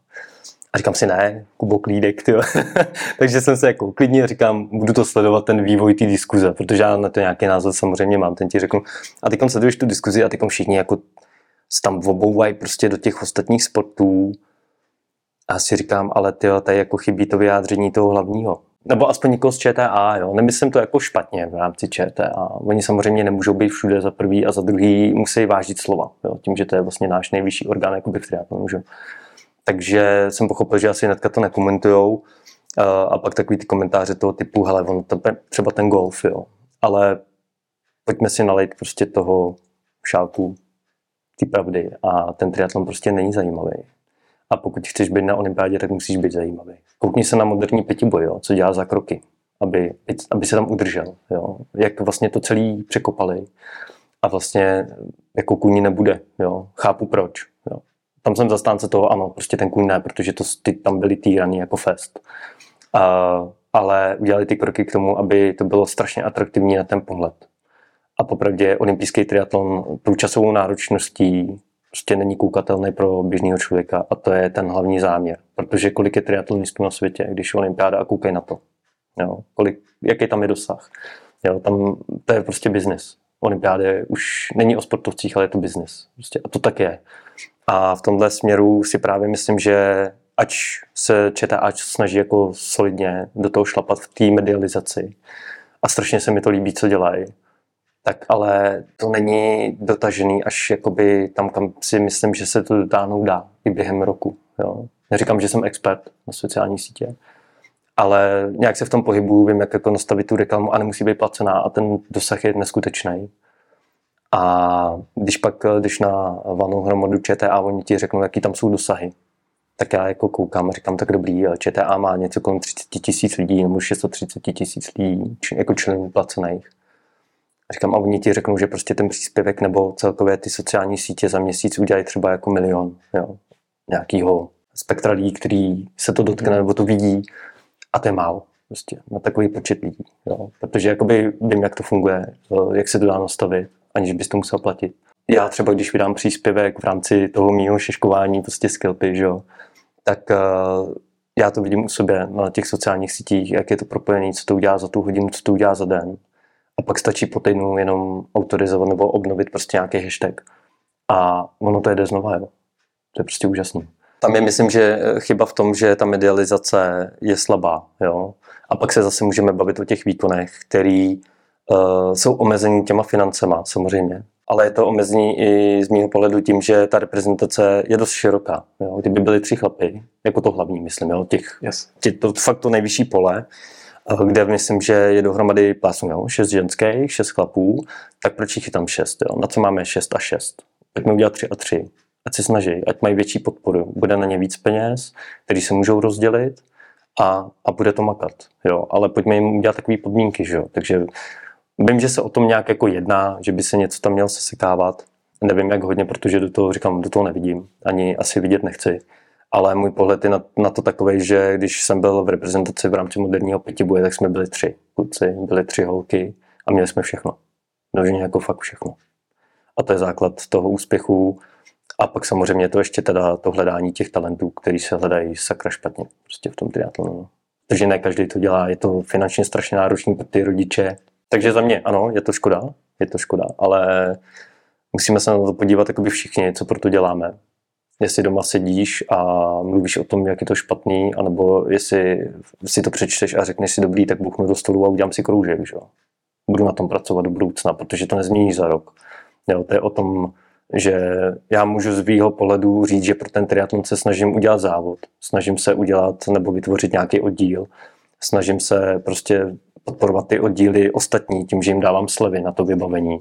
A říkám si ne, Kubo klídek, jo. Takže jsem se jako uklidnil, říkám, budu to sledovat ten vývoj té diskuze, protože já na to nějaký názor samozřejmě mám, ten ti řeknu, a teď sleduješ tu diskuzi a teď všichni jako tam obouvají prostě do těch ostatních sportů a si říkám, ale tyjo, tady jako chybí to vyjádření toho hlavního. Nebo aspoň někoho z Č T A, jo. Nemyslím to jako špatně v rámci Č T A. Oni samozřejmě nemůžou být všude za prvý a za druhý musí vážit slova, jo. Tím, že to je vlastně náš nejvyšší orgán, jako bych triatlonu, že? Takže jsem pochopil, že asi hnedka to nekomentujou a pak takový ty komentáře toho typu, hele, on to třeba ten golf, jo. Ale pojďme si nalejt prostě toho šálku té pravdy a ten triatlon prostě není zajímavý. A pokud chceš být na olympiádě, tak musíš být zajímavý. Koukni se na moderní pětiboj, jo, co dělá za kroky, aby, aby se tam udržel. Jo. Jak vlastně to celý překopali a vlastně jako kůň nebude. Jo. Chápu proč. Jo. Tam jsem zastánce toho, ano, prostě ten kůň ne, protože to, ty tam byly týraný jako fest. Uh, ale udělali ty kroky k tomu, aby to bylo strašně atraktivní na ten pohled. A popravdě olympijský triatlon tou časovou náročností prostě není koukatelný pro běžného člověka a to je ten hlavní záměr. Protože kolik je triatlonistů na světě, když je olympiáda a koukej na to. Jo, kolik, jaký tam je dosah. Jo, tam, to je prostě biznis. Olympiáda už není o sportovcích, ale je to biznis. Prostě, a to tak je. A v tomhle směru si právě myslím, že ať se ČTA snaží jako solidně do toho šlapat v té medializaci a strašně se mi to líbí, co dělají, tak ale to není dotažený až jakoby tam, kam si myslím, že se to dotáhnout dá i během roku. Jo. Neříkám, že jsem expert na sociální sítě, ale nějak se v tom pohybuju, vím, jak jako nastavit tu reklamu a nemusí být placená a ten dosah je neskutečný. A když pak když na valnou hromadu ČTA oni ti řeknou, jaký tam jsou dosahy, tak já jako koukám a říkám, tak dobrý, ČTA má něco kolem třicet tisíc lidí nebo šest set třicet tisíc lidí jako členů placených. A říkám, a oni ti řeknou, že prostě ten příspěvek nebo celkově ty sociální sítě za měsíc udělají třeba jako milion, jo, nějakýho spektra lidí, který se to dotkne nebo to vidí a to je málo prostě na takový počet lidí, jo, protože jakoby vím, jak to funguje, jak se to dá nastavit, aniž bys to musel platit. Já třeba, když vydám příspěvek v rámci toho mýho šeškování, prostě skillpy, že jo, tak uh, já to vidím u sebe na těch sociálních sítích, jak je to propojené, co to udělá za tu hodinu, co to udělá za den. A pak stačí po týdnu jenom autorizovat nebo obnovit prostě nějaký hashtag. A ono to jede znova, jo. To je prostě úžasný. Tam je, myslím, že chyba v tom, že ta medializace je slabá, jo. A pak se zase můžeme bavit o těch výkonech, který uh, jsou omezení těma financema, samozřejmě. Ale je to omezení i z mého pohledu tím, že ta reprezentace je dost široká. Jo. Kdyby byly tři chlapy, jako to hlavní, myslím, jo, těch, yes. těch, to fakt to nejvyšší pole, kde myslím, že je dohromady pásů, jo, šest ženských, šest chlapů, tak proč jich je tam šest, jo? Na co máme šest a šest? Pojďme udělat tři a tři. Ať si snaží, ať mají větší podporu. Bude na ně víc peněz, který se můžou rozdělit a, a bude to makat, jo. Ale pojďme jim udělat takové podmínky, že jo. Takže vím, že se o tom nějak jako jedná, že by se něco tam mělo sesekávat. Nevím, jak hodně, protože do toho, říkám, do toho nevidím. Ani asi vidět nechci. Ale můj pohled je na, na to takovej, že když jsem byl v reprezentaci v rámci moderního pětiboje, tak jsme byli tři kluci, byli tři holky a měli jsme všechno. Množně jako fakt všechno. A to je základ toho úspěchu. A pak samozřejmě to ještě teda to hledání těch talentů, který se hledají sakra špatně prostě v tom triatlonu. Protože ne každý to dělá, je to finančně strašně náročný pro ty rodiče. Takže za mě, ano, je to škoda, je to škoda, ale musíme se na to podívat jakoby všichni, co pro to děláme. Jestli doma sedíš a mluvíš o tom, jak je to špatný, anebo jestli si to přečteš a řekneš si dobrý, tak buchnu do stolu a udělám si kroužek. Že? Budu na tom pracovat do budoucna, protože to nezměníš za rok. Jo, to je o tom, že já můžu z svýho pohledu říct, že pro ten triatlon se snažím udělat závod. Snažím se udělat nebo vytvořit nějaký oddíl. Snažím se prostě podporovat ty oddíly ostatní tím, že jim dávám slevy na to vybavení.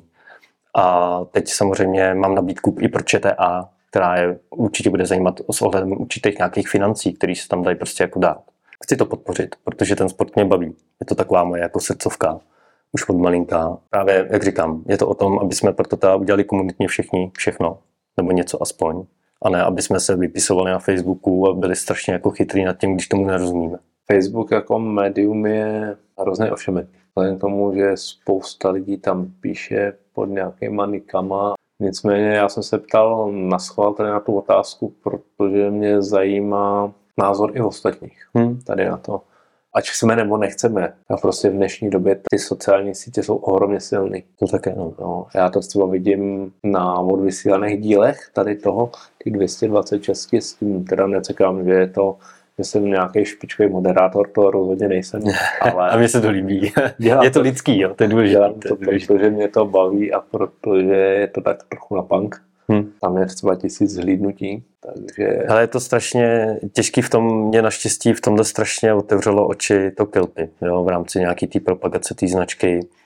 A teď samozřejmě mám nabídku i pro ČTA, která je určitě bude zajímat s ohledem určitých nějakých financí, které se tam dají prostě jako dát. Chci to podpořit, protože ten sport mě baví. Je to taková moje jako srdcovka, už od malinka. Právě, jak říkám, je to o tom, aby jsme proto teda udělali komunitně všichni všechno, nebo něco aspoň. A ne, aby jsme se vypisovali na Facebooku a byli strašně jako chytrý nad tím, když tomu nerozumíme. Facebook jako médium je hrozně ošemetný. Vzhledem k tomu, že spousta lidí tam píše pod nějakýma nikama. Nicméně já jsem se ptal na schvál tady na tu otázku, protože mě zajímá názor i ostatních hmm. tady na to. Ať chceme nebo nechceme. A prostě v dnešní době ty sociální sítě jsou ohromně silný. To také, no. No, já to třeba vidím na odvysílaných dílech tady toho, ty dvě stě dvacet šest, s tím teda necekám, že je to, že jsem nějaký špičkový moderátor, to rozhodně nejsem. Ale a mně se to líbí. Je to lidský, jo, to je důležité. Dělám to, protože mě to baví a protože je to tak trochu na punk. Hmm. Tam je třeba tisíc zhlídnutí, takže... Ale je to strašně těžký v tom, mě naštěstí v tomhle strašně otevřelo oči to Kilpy, jo, v rámci nějaký té propagace té značky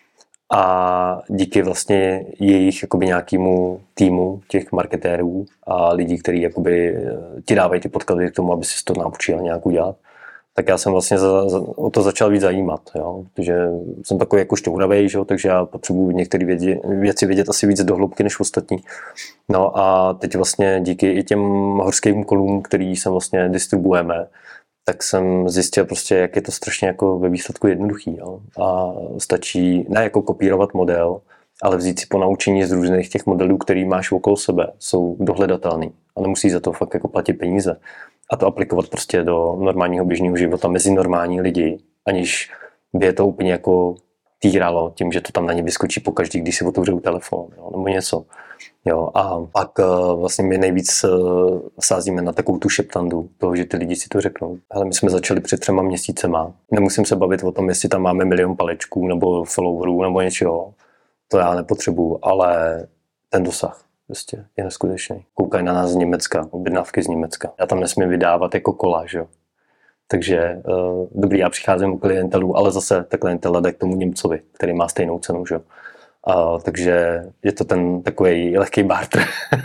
A díky vlastně jejich jakoby nějakému týmu těch marketérů a lidí, kteří jakoby ti dávají ty podklady k tomu, aby si to naučil nějak udělat, tak já jsem vlastně za, za, o to začal víc zajímat, jo? Protože jsem takový jako šťouravej, že? Takže já potřebuji některé věci, věci vědět asi víc do hloubky než ostatní. No a teď vlastně díky i těm horským kolům, který jsem vlastně distribuujeme, tak jsem zjistil prostě, jak je to strašně jako ve výsledku jednoduchý. Jo? A stačí ne jako kopírovat model, ale vzít si po naučení z různých těch modelů, který máš okolo sebe, jsou dohledatelný a nemusí za to fakt jako platit peníze. A to aplikovat prostě do normálního běžného života mezi normální lidi, aniž by je to úplně jako týralo tím, že to tam na ně vyskočí pokaždý, když si otevřou telefon, jo, nebo něco. Jo, a pak uh, vlastně my nejvíc uh, sázíme na takovou tu šeptandu toho, že ty lidi si to řeknou. Ale my jsme začali před třema měsícema. Nemusím se bavit o tom, jestli tam máme milion palečků nebo followerů nebo něčeho. To já nepotřebuju, ale ten dosah prostě je neskutečný. Koukají na nás z Německa, objednávky z Německa. Já tam nesmím vydávat jako kola, že jo. Takže uh, dobrý, já přicházím u klientelu, ale zase ta klientela jde k tomu Němcovi, který má stejnou cenu, že jo. Uh, takže je to ten takový lehký barter.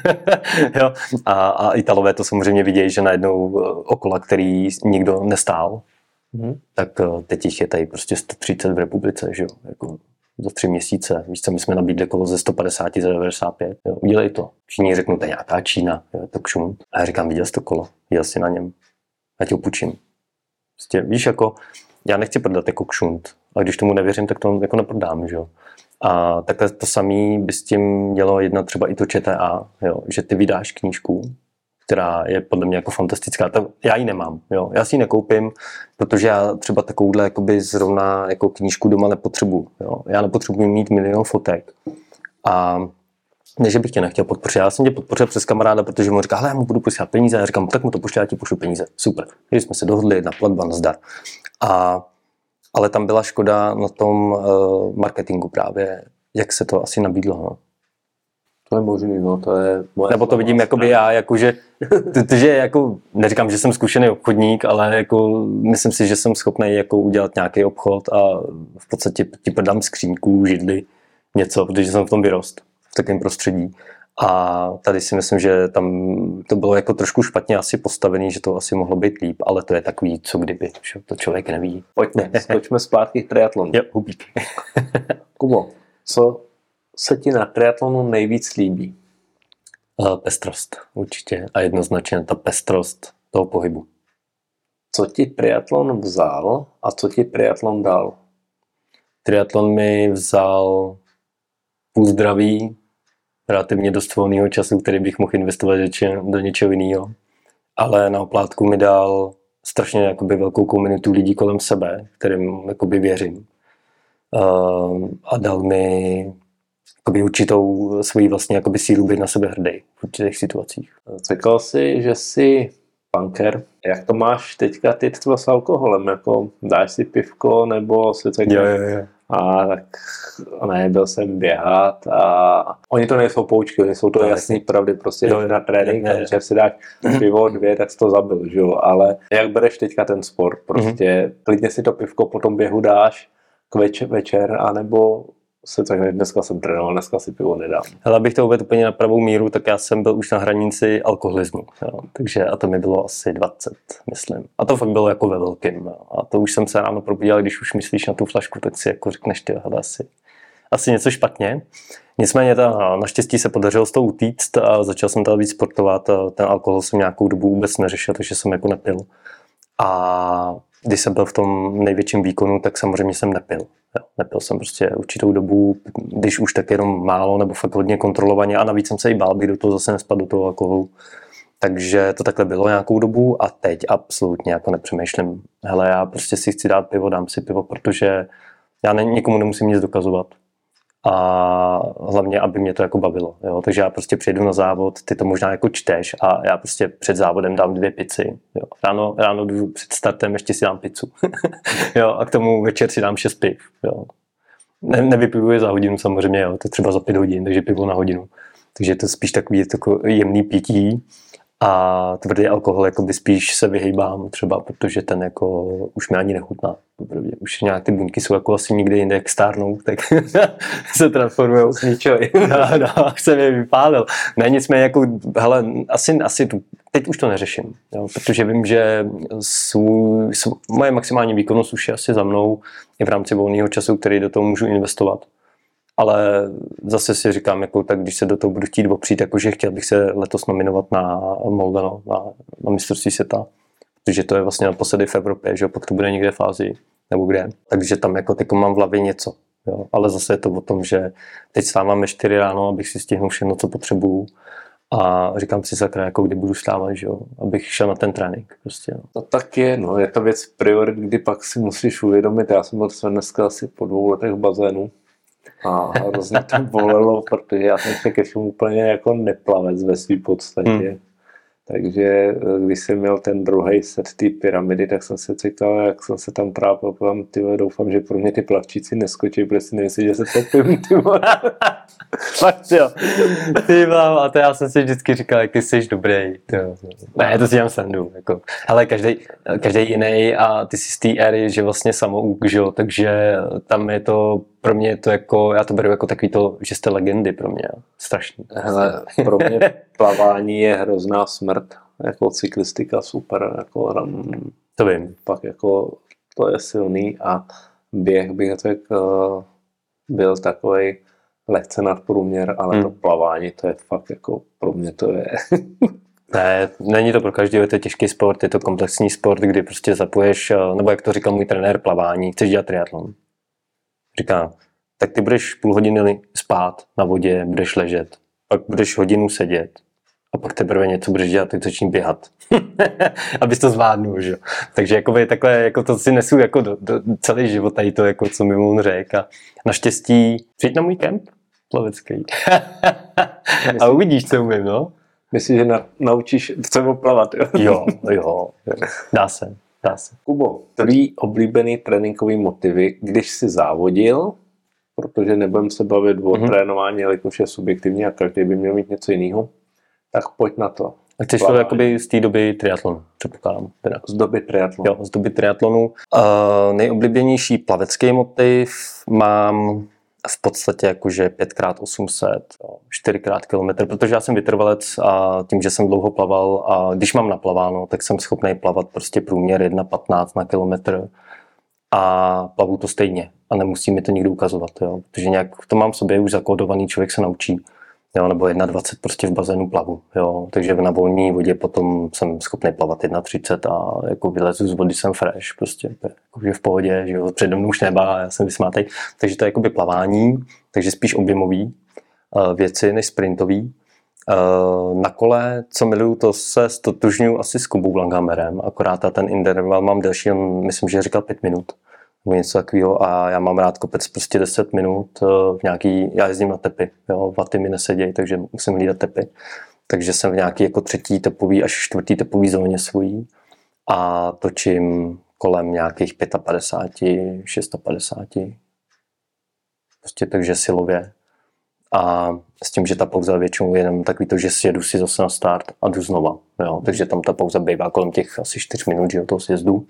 Jo? A, a Italové to samozřejmě vidějí, že najednou okola, který nikdo nestál, mm. tak uh, teď jich je tady prostě sto třicet v republice, že jo. Jako za tři měsíce. Víš co, my jsme nabídli kolo ze sto padesát za devadesát pět. Jo, udělej to. Všichni řeknou, to je nějaká Čína, jo, to kšunt. A já říkám, viděl jsi to kolo? Viděl jsi na něm? Já tě opučím. Prostě, víš, jako, já nechci prodat jako kšunt, a když tomu nevěřím, tak to jako neprodám, že jo. A takhle to samé by s tím dělo jedna třeba i to Č T A, jo, že ty vydáš knížku, která je podle mě jako fantastická. Ta, já ji nemám, jo. Já si ji nekoupím, protože já třeba takovouhle jakoby zrovna jako knížku doma nepotřebuji. Jo. Já nepotřebuji mít milion fotek. A ne, že bych tě nechtěl podpořit. Já jsem tě podpořil přes kamaráda, protože mu říká, hele, já mu budu posílat peníze. A já říkám, tak mu to pošli, já ti pošlu peníze. Super. Když jsme se dohodli, jedna platba, nazdar. A ale tam byla škoda na tom uh, marketingu právě, jak se to asi nabídlo. No. To je možný, no, to je moje Nebo to vidím jakoby já, jakože, že jako, neříkám, že jsem zkušený obchodník, ale jako myslím si, že jsem schopný jako udělat nějaký obchod a v podstatě ti prodám skříňku, židli, něco, protože jsem v tom vyrost, v takovém prostředí. A tady si myslím, že tam to bylo jako trošku špatně asi postavený, že to asi mohlo být líp, ale to je takový, co kdyby, že to člověk neví. Pojďme, skočme zpátky k triatlonu. Jo, hubík. Kubo, co se ti na triatlonu nejvíc líbí? Pestrost, určitě. A jednoznačně ta pestrost toho pohybu. Co ti triatlon vzal a co ti triatlon dal? Triatlon mi vzal půl zdraví, relativně dost volného času, který bych mohl investovat do něčeho jiného. Ale na oplátku mi dal strašně jakoby velkou komunitu lidí kolem sebe, kterým jakoby věřím. Uh, a dal mi jakoby určitou svoji vlastně jakoby sílu být na sebe hrdý v určitých situacích. Řekl jsi, že jsi punker. Jak to máš teďka ty třeba s alkoholem? Jako dáš si pivko nebo si řekneš? Jo, jo, jo. A tak ne, byl jsem běhat a oni to nejsou poučky, oni jsou to jasný pravdy, prostě jo, na trénink, a večer si dáš pivo, dvě, tak jsi to zabil, že jo, ale jak bereš teďka ten sport, prostě mm-hmm. klidně si to pivko po tom běhu dáš k večer, večer anebo se tak dneska jsem trénoval, dneska si pivo nedám. Hele, abych to uvedl úplně na pravou míru, tak já jsem byl už na hranici alkoholismu, jo. Takže a to mi bylo asi dvacet, myslím. A to fakt bylo jako ve velkým. Jo. A to už jsem se ráno probudil, když už myslíš na tu flašku, tak si jako řekneš, ty, hele, asi, asi něco špatně. Nicméně ta, naštěstí se podařilo s tou utíct a začal jsem tady víc sportovat a ten alkohol jsem nějakou dobu vůbec neřešil, takže jsem jako nepil. A když jsem byl v tom největším výkonu, tak samozřejmě jsem nepil. Jo, nepil jsem prostě určitou dobu, když už tak jenom málo nebo fakt hodně kontrolovaně a navíc jsem se i bál, bych do toho zase nespadl do toho alkoholu. Takže to takhle bylo nějakou dobu a teď absolutně jako nepřemýšlím. Hele, já prostě si chci dát pivo, dám si pivo, protože já ne, nikomu nemusím nic dokazovat. A hlavně, aby mě to jako bavilo. Jo? Takže já prostě přijedu na závod, ty to možná jako čteš a já prostě před závodem dám dvě pici. Jo? Ráno, ráno jdu před startem, ještě si dám pizzu. Jo? A k tomu večer si dám šest piv. Jo? Ne, nevypivu je za hodinu samozřejmě, jo? To je třeba za pět hodin, takže pivo na hodinu. Takže je to spíš takový jako jemný pití A tvrdý alkohol jakoby spíš se vyhejbám třeba, protože ten jako už mi ani nechutná. Popravdě. Už nějak ty buňky jsou jako asi nikde jinde, jak stárnou, tak se transformujou. Zničili. no, no, jsem je vypálil. Ne, nicméně jako, hele, asi, asi tu, teď už to neřeším, jo, protože vím, že svůj, svůj, moje maximální výkonnost už je asi za mnou i v rámci volného času, který do toho můžu investovat. Ale zase si říkám, jako, tak když se do toho budu chtít opřít, jakože chtěl bych se letos nominovat na Moldeno, na, na mistrovství světa, protože to je vlastně naposledy v Evropě, že pak to bude někde v Ázii, nebo kde. Takže tam jako teď mám v hlavě něco. Jo. Ale zase je to o tom, že teď stáváme čtyři ráno, abych si stihnul všechno, co potřebuju. A říkám si sakra, jako kdy budu stávat, že jo, abych šel na ten trénink. Prostě, no. No tak je, no, je to věc priorit, kdy pak si musíš uvědomit, já jsem byl třeba dneska asi po dvou letech v bazénu a hrozně to bolelo, protože já jsem se ke všemu úplně jako neplavec ve své podstatě. Hmm. Takže když jsem měl ten druhý set té pyramidy, tak jsem se cítil, jak jsem se tam trápil, povím, tyhle, doufám, že pro mě ty plavčíci neskočí, protože si nemyslí, že se topím, ty vole. Fakt jo. Ty mám, a to já jsem si vždycky říkal, jak ty jsi dobrý. Tyjo. Ne, to si dělám srandu. Jako. Hele, každý, každý jiný a ty jsi z té éry, že vlastně samouk, že jo, takže tam je to, pro mě je to jako, já to beru jako takový to, že jste legendy pro mě, strašný. Hele, pro mě plavání je hrozná smrt, jako cyklistika super, jako tam, to vím. Pak jako to je silný a běh bych tak uh, byl takovej lehce nadprůměr, ale hmm. to plavání, to je fakt jako, pro mě to je... Ne, není to pro každého, to je těžký sport, je to komplexní sport, kdy prostě zapoješ, nebo jak to říkal můj trenér, plavání, chceš dělat triatlon. Říká, tak ty budeš půl hodiny spát na vodě, budeš ležet, pak budeš hodinu sedět a pak teprve něco budeš dělat, tak začni běhat. Abys to zvládnul, že? Takže jakoby, takhle, jako to si nesu jako do, do celý život tady to, jako, co mi on řekl. A naštěstí přijď na můj kemp plavecký. A uvidíš, co umím, no. Myslím, že na, naučíš se plavat, jo? jo, jo, jo. Dá se, dá se. Kubo, tvý oblíbený tréninkový motivy, když jsi závodil, protože nebudem se bavit o mm-hmm. trénování, ale už je subjektivní a každý by měl mít něco jiného, tak pojď na to. A chceš to jakoby z té doby triatlonu, předpokládám. Teda. Z doby triatlonu. Jo, z doby triatlonu. Uh, nejoblíbenější plavecký motiv mám v podstatě jakože pět krát osm set, čtyři krát kilometr, protože já jsem vytrvalec a tím, že jsem dlouho plaval a když mám naplaváno, tak jsem schopný plavat prostě průměr jedna patnáct na kilometr a plavu to stejně a nemusí mi to nikdo ukazovat, jo, protože nějak to mám v sobě už zakódovaný, člověk se naučí. Jo, nebo jedna dvacet prostě v bazénu plavu, jo, takže na volné vodě potom jsem schopný plavat jedna třicet a jako vylezu z vody, jsem fresh, prostě jakože v pohodě, že jo, přede mnou už neba, já jsem vysmátej, takže to je jakoby plavání, takže spíš objemový uh, věci než sprintový. Uh, na kole, co miluju, to se stotožňuji asi s Kubou Langhammerem, akorát ten interval mám delší, on myslím, že říkal pět minut. Nebo něco takového a já mám rád kopec prostě deset minut v nějaký, já jezdím na tepy, jo, vaty mi nesedějí, takže musím hlídat tepy. Takže jsem v nějaký jako třetí tepový až čtvrtý tepový zóně svojí a točím kolem nějakých padesát pět, padesát šest. Prostě takže silově. A s tím, že ta pauza většinou je jenom takový to, že sjedu si zase na start a jdu znova. Jo. Takže tam ta pauza bývá kolem těch asi čtyř minut, že jo, toho sjezdu.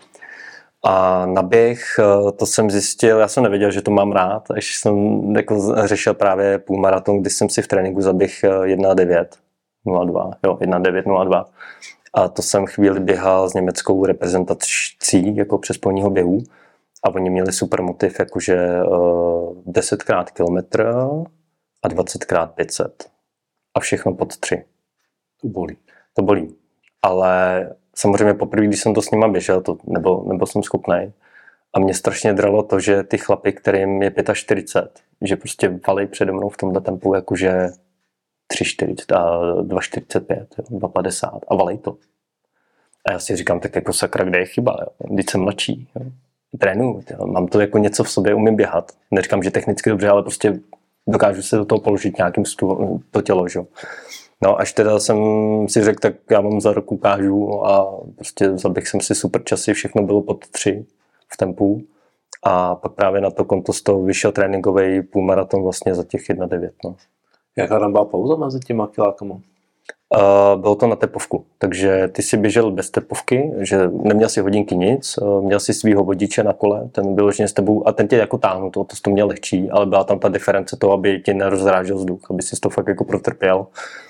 A na běh, to jsem zjistil, já jsem nevěděl, že to mám rád, až jsem jako řešil právě půlmaraton, kdy jsem si v tréninku zaběhl jedna devět nula dva, jo, jedna devět nula dva. A to jsem chvíli běhal s německou reprezentací jako přes polního běhu a oni měli super motiv, jakože uh, deset krát kilometr a dvacet krát pět set. A všechno pod tři. To bolí. To bolí. Ale samozřejmě poprvé, když jsem to s nima běžel, to nebyl, nebyl jsem schopnej. A mě strašně dralo to, že ty chlapy, kterým je čtyřicet pět, že prostě valej přede mnou v tomhle tempu jakože tři čtyřicet a dva čtyřicet pět, jo, dva padesát a valej to. A já si říkám, tak jako sakra, kde je chyba, jo? Když jsem mladší. Jo? Trénuju, jo? Mám to jako něco v sobě, umím běhat. Neříkám, že technicky dobře, ale prostě dokážu se do toho položit nějakým stůl, to tělo, že? No, až teda jsem si řekl, tak já vám za rok ukážu a prostě zaběhl jsem si super časy, všechno bylo pod tři v tempu a pak právě na to konto z toho vyšel tréninkový půlmaraton vlastně za těch jedna devět. No. Jaká tam byla pauza mezi těma kilákama? Uh, bylo to na tepovku, takže ty si běžel bez tepovky, že neměl si hodinky nic, uh, měl si svýho vodiče na kole, ten byl s tebou a ten tě jako táhnul, to, to jsi to měl lehčí, ale byla tam ta diference toho, aby tě nerozrážel vzduch, aby si to fakt jako protrpěl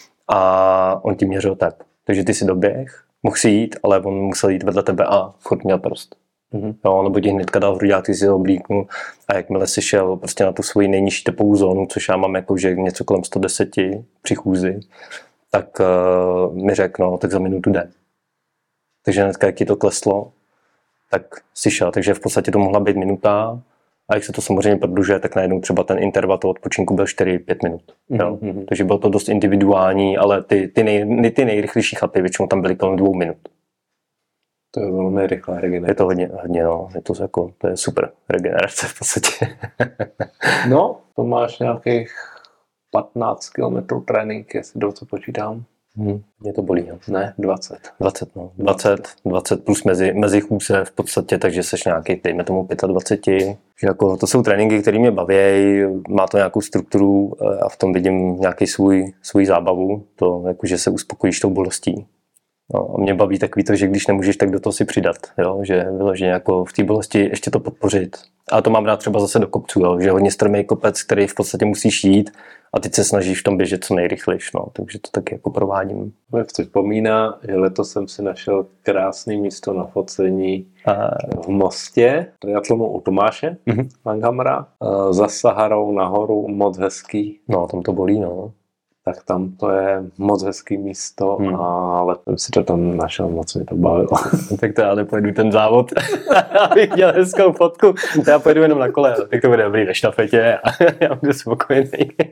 a on ti měřil tep. Takže ty si doběh, mohl si jít, ale on musel jít vedle tebe a furt měl prst. Mm-hmm. Jo, nebo ti hnedka dal v hrudák, ty si ho oblíknul a jakmile si šel prostě na tu svoji nejnižší tepovou zónu, což já mám jako, že něco kolem sto deset při chůzi, tak uh, mi řekl, no, tak za minutu jde. Takže hnedka, jak ti to kleslo, tak si šel. Takže v podstatě to mohla být minuta a jak se to samozřejmě prodlužuje, tak najednou třeba ten interval toho odpočinku byl čtyři pět minut. Jo? Mm-hmm. Takže bylo to dost individuální, ale ty, ty, nej, ty nejrychlejší chlapy většinou tam byly kolem dvou minut. To je velmi rychlá regenerace. Je to hodně, hodně no. Je to, jako, to je super regenerace v podstatě. No, to máš nějakých patnáct kilometrů trénink, jestli do co počítám. Hmm. Mě to bolí, no. Ne, dvacet. dvacet, no. dvacet, dvacet plus mezi, mezi chůze v podstatě, takže seš nějaký, dejme tomu dvacet pět. Že jako, to jsou tréninky, které mě baví, má to nějakou strukturu a v tom vidím nějaký svůj, svůj zábavu, to jako, že se uspokojíš tou bolestí. No, a mě baví takový to, že když nemůžeš, tak do toho si přidat, jo? Že vyloženě jako v té bolesti ještě to podpořit. A to mám rád třeba zase do kopců, jo? Že hodně strmý kopec, který v podstatě musíš jít a ty se snažíš v tom běžet co nejrychlejš, no. Takže to taky jako provádím. Mě vzpomíná, že letos jsem si našel krásné místo na focení a... v Mostě, triatlonu u Tomáše mm-hmm. Langhamra, za Saharou nahoru, moc hezký. No, tam to bolí, no. Tak tam to je moc hezký místo, hmm. ale jsem si to tam našel, moc mě to bavilo. Tak to já nepojedu ten závod, abych měl hezkou fotku, to já pojedu jenom na kole, tak to bude dobrý ve štafetě a já budu spokojený.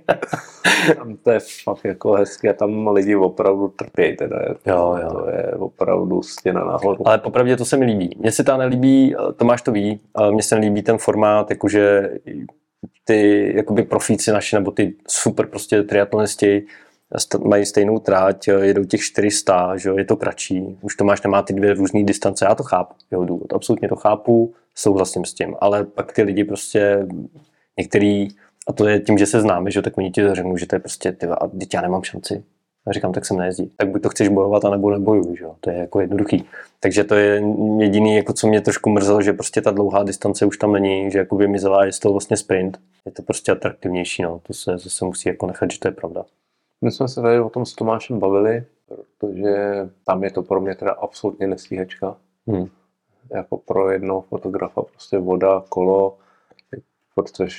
Tam to je fakt jako hezky a tam lidi opravdu trpějí, teda jo, jo. To je opravdu stěna nahoru. Ale popravdě to se mi líbí. Mně se to nelíbí, Tomáš to ví, ale mně se nelíbí ten formát, jakože ty jakoby profíci naši, nebo ty super prostě triatlonisti mají stejnou tráť, jedou těch čtyři sta, že je to kratší, už Tomáš nemá ty dvě různé distance, já to chápu, jeho důvod, absolutně to chápu, souhlasím s tím, ale pak ty lidi prostě, některý, a to je tím, že se známe, že tak oni ti řeknou, že to je prostě, ty, a teď já nemám šanci. A říkám, tak sem nejezdí. Tak buď to chceš bojovat, anebo nebojuj, že jo? To je jako jednoduchý. Takže to je jediný, jako co mě trošku mrzelo, že prostě ta dlouhá distance už tam není, že jako vymizela, je to vlastně sprint. Je to prostě atraktivnější, no. To se zase musí jako nechat, že to je pravda. My jsme se tady o tom s Tomášem bavili, protože tam je to pro mě teda absolutně nestíhačka. Hmm. Jako pro jednoho fotografa prostě voda, kolo, protože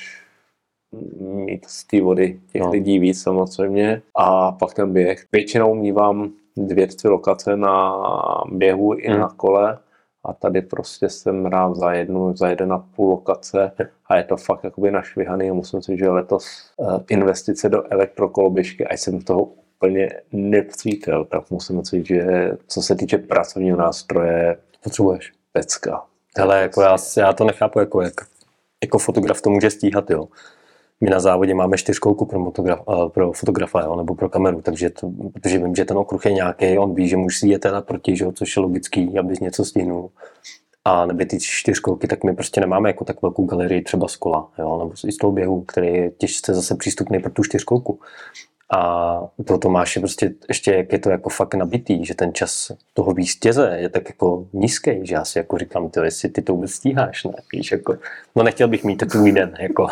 mít z té vody těch no. lidí víc samozřejmě a pak ten běh. Většinou mívám dvě, tři lokace na běhu i hmm. na kole a tady prostě jsem rád za jednu, za jeden a půl lokace a je to fakt jakoby našvihaný a musím si, že letos investice do elektrokoloběžky, a jsem toho úplně nepřítel, tak musím říct, že co se týče pracovního nástroje, potřebuješ pecka. Hele, jako já, já to nechápu, jako, jak, jako fotograf to může stíhat, jo. My na závodě máme čtyřkolku pro, fotograf, pro fotografa, jo, nebo pro kameru, takže to, protože vím, že ten okruh je nějaký, on ví, že musí jet teda proti, že, což je logický, abys něco stihnul. A nebo ty čtyřkolky, tak my prostě nemáme jako tak velkou galerii třeba z kola, jo, nebo i z toho běhu, který je těžce zase přístupný pro tu čtyřkolku. A to Tomáš je prostě ještě, jak je to jako fakt nabitý, že ten čas toho výstěze je tak jako nízký, že já si jako říkám, ty, jestli ty to vůbec stíháš, ne? Víš, jako, no nechtěl bych mít takový den, jako.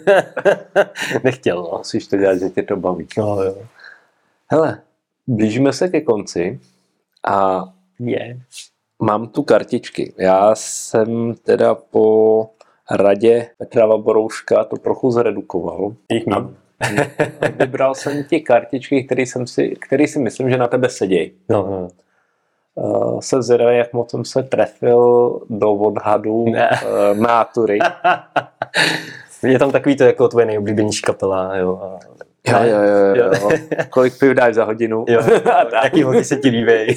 Nechtěl, no. Musíš to dělat, že tě to baví. No, jo. Hele, blížíme se ke konci a je. Mám tu kartičky. Já jsem teda po radě Petra Vaborouška to trochu zredukoval. A vybral jsem ti kartičky, které jsem si, který si myslím, že na tebe sedějí. No, no. Uh, jsem zvědavý, jak moc jsem se trefil do odhadu uh, nátury. Je tam takový to jako tvoje nejoblíbenější kapela, jo. A... Jo, jo, jo, jo. jo. Kolik piv dáš za hodinu? Jo, jaký holky se ti líbí.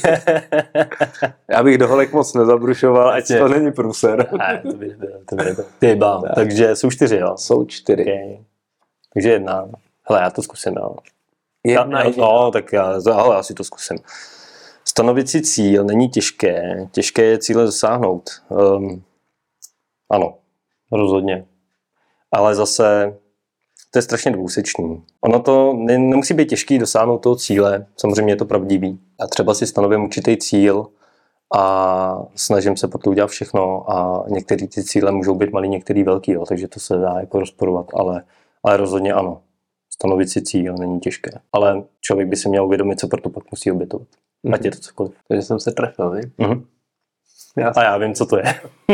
Já bych do holek moc nezabrušoval, ať to není průser. Ne, to by nebylo, to by nebylo. Ty bám, tak. Takže jsou čtyři, jo? Jsou čtyři. Okay. Takže jedna. Hele, já to zkusím, jo. Jedna, já, no, tak já, hele, já si to zkusím. Stanovit si cíl není těžké. Těžké je cíle dosáhnout. Um, ano, rozhodně. Ale zase To je strašně dvousečný. Ono to ne, nemusí být těžký dosáhnout toho cíle, samozřejmě je to pravdivý. A třeba si stanovím určitý cíl a snažím se pro to udělat všechno a některé ty cíle můžou být malý, některý velký, jo, takže to se dá jako rozporovat, ale, ale rozhodně ano. Stanovit si cíl není těžké, ale člověk by si měl uvědomit, co pro to pak musí obětovat. Mm-hmm. Ať je to cokoliv. Takže jsem se trefil, ne? Mm-hmm. Já a já vím, co to je.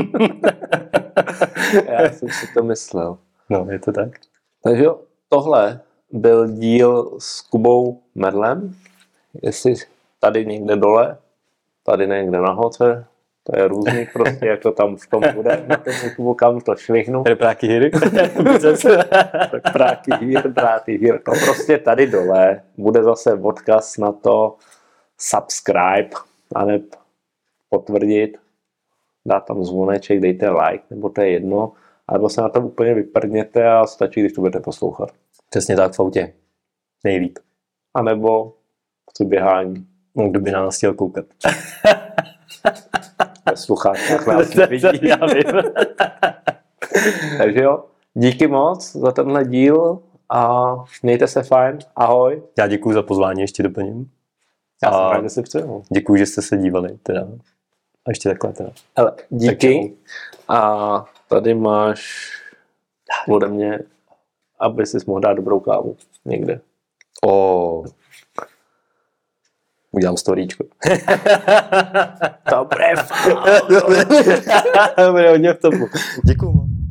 Já jsem si to myslel. No, je to tak. Takže jo, tohle byl díl s Kubou Merlem. Jestli tady někde dole, tady někde nahoře, to je různý prostě, jak to tam v tom bude, na tom YouTube, kam to švihnu. Práky hýry. Tak práky hýr, práky hýr. To prostě tady dole bude zase odkaz na to subscribe, aneb potvrdit, dát tam zvoneček, dejte like, nebo to je jedno, alebo se na to úplně vyprdněte a stačí, když to budete poslouchat. Přesně tak v autě. Nejlíp. A nebo při běhání. No, kdo by na nás chtěl koukat. Ve sluchátkách nás nevidí. Takže jo, díky moc za tenhle díl a mějte se fajn. Ahoj. Já děkuji za pozvání, ještě doplním. Já jsem rád, že se přijel. Děkuji, že jste se dívali. Teda. A ještě takhle teda. Hele, díky. A tady máš ode mě, aby si mohl dát dobrou kávu někde. O. Udělám storíčko. Dobré. Dobré, hodně v topu. Děkuju.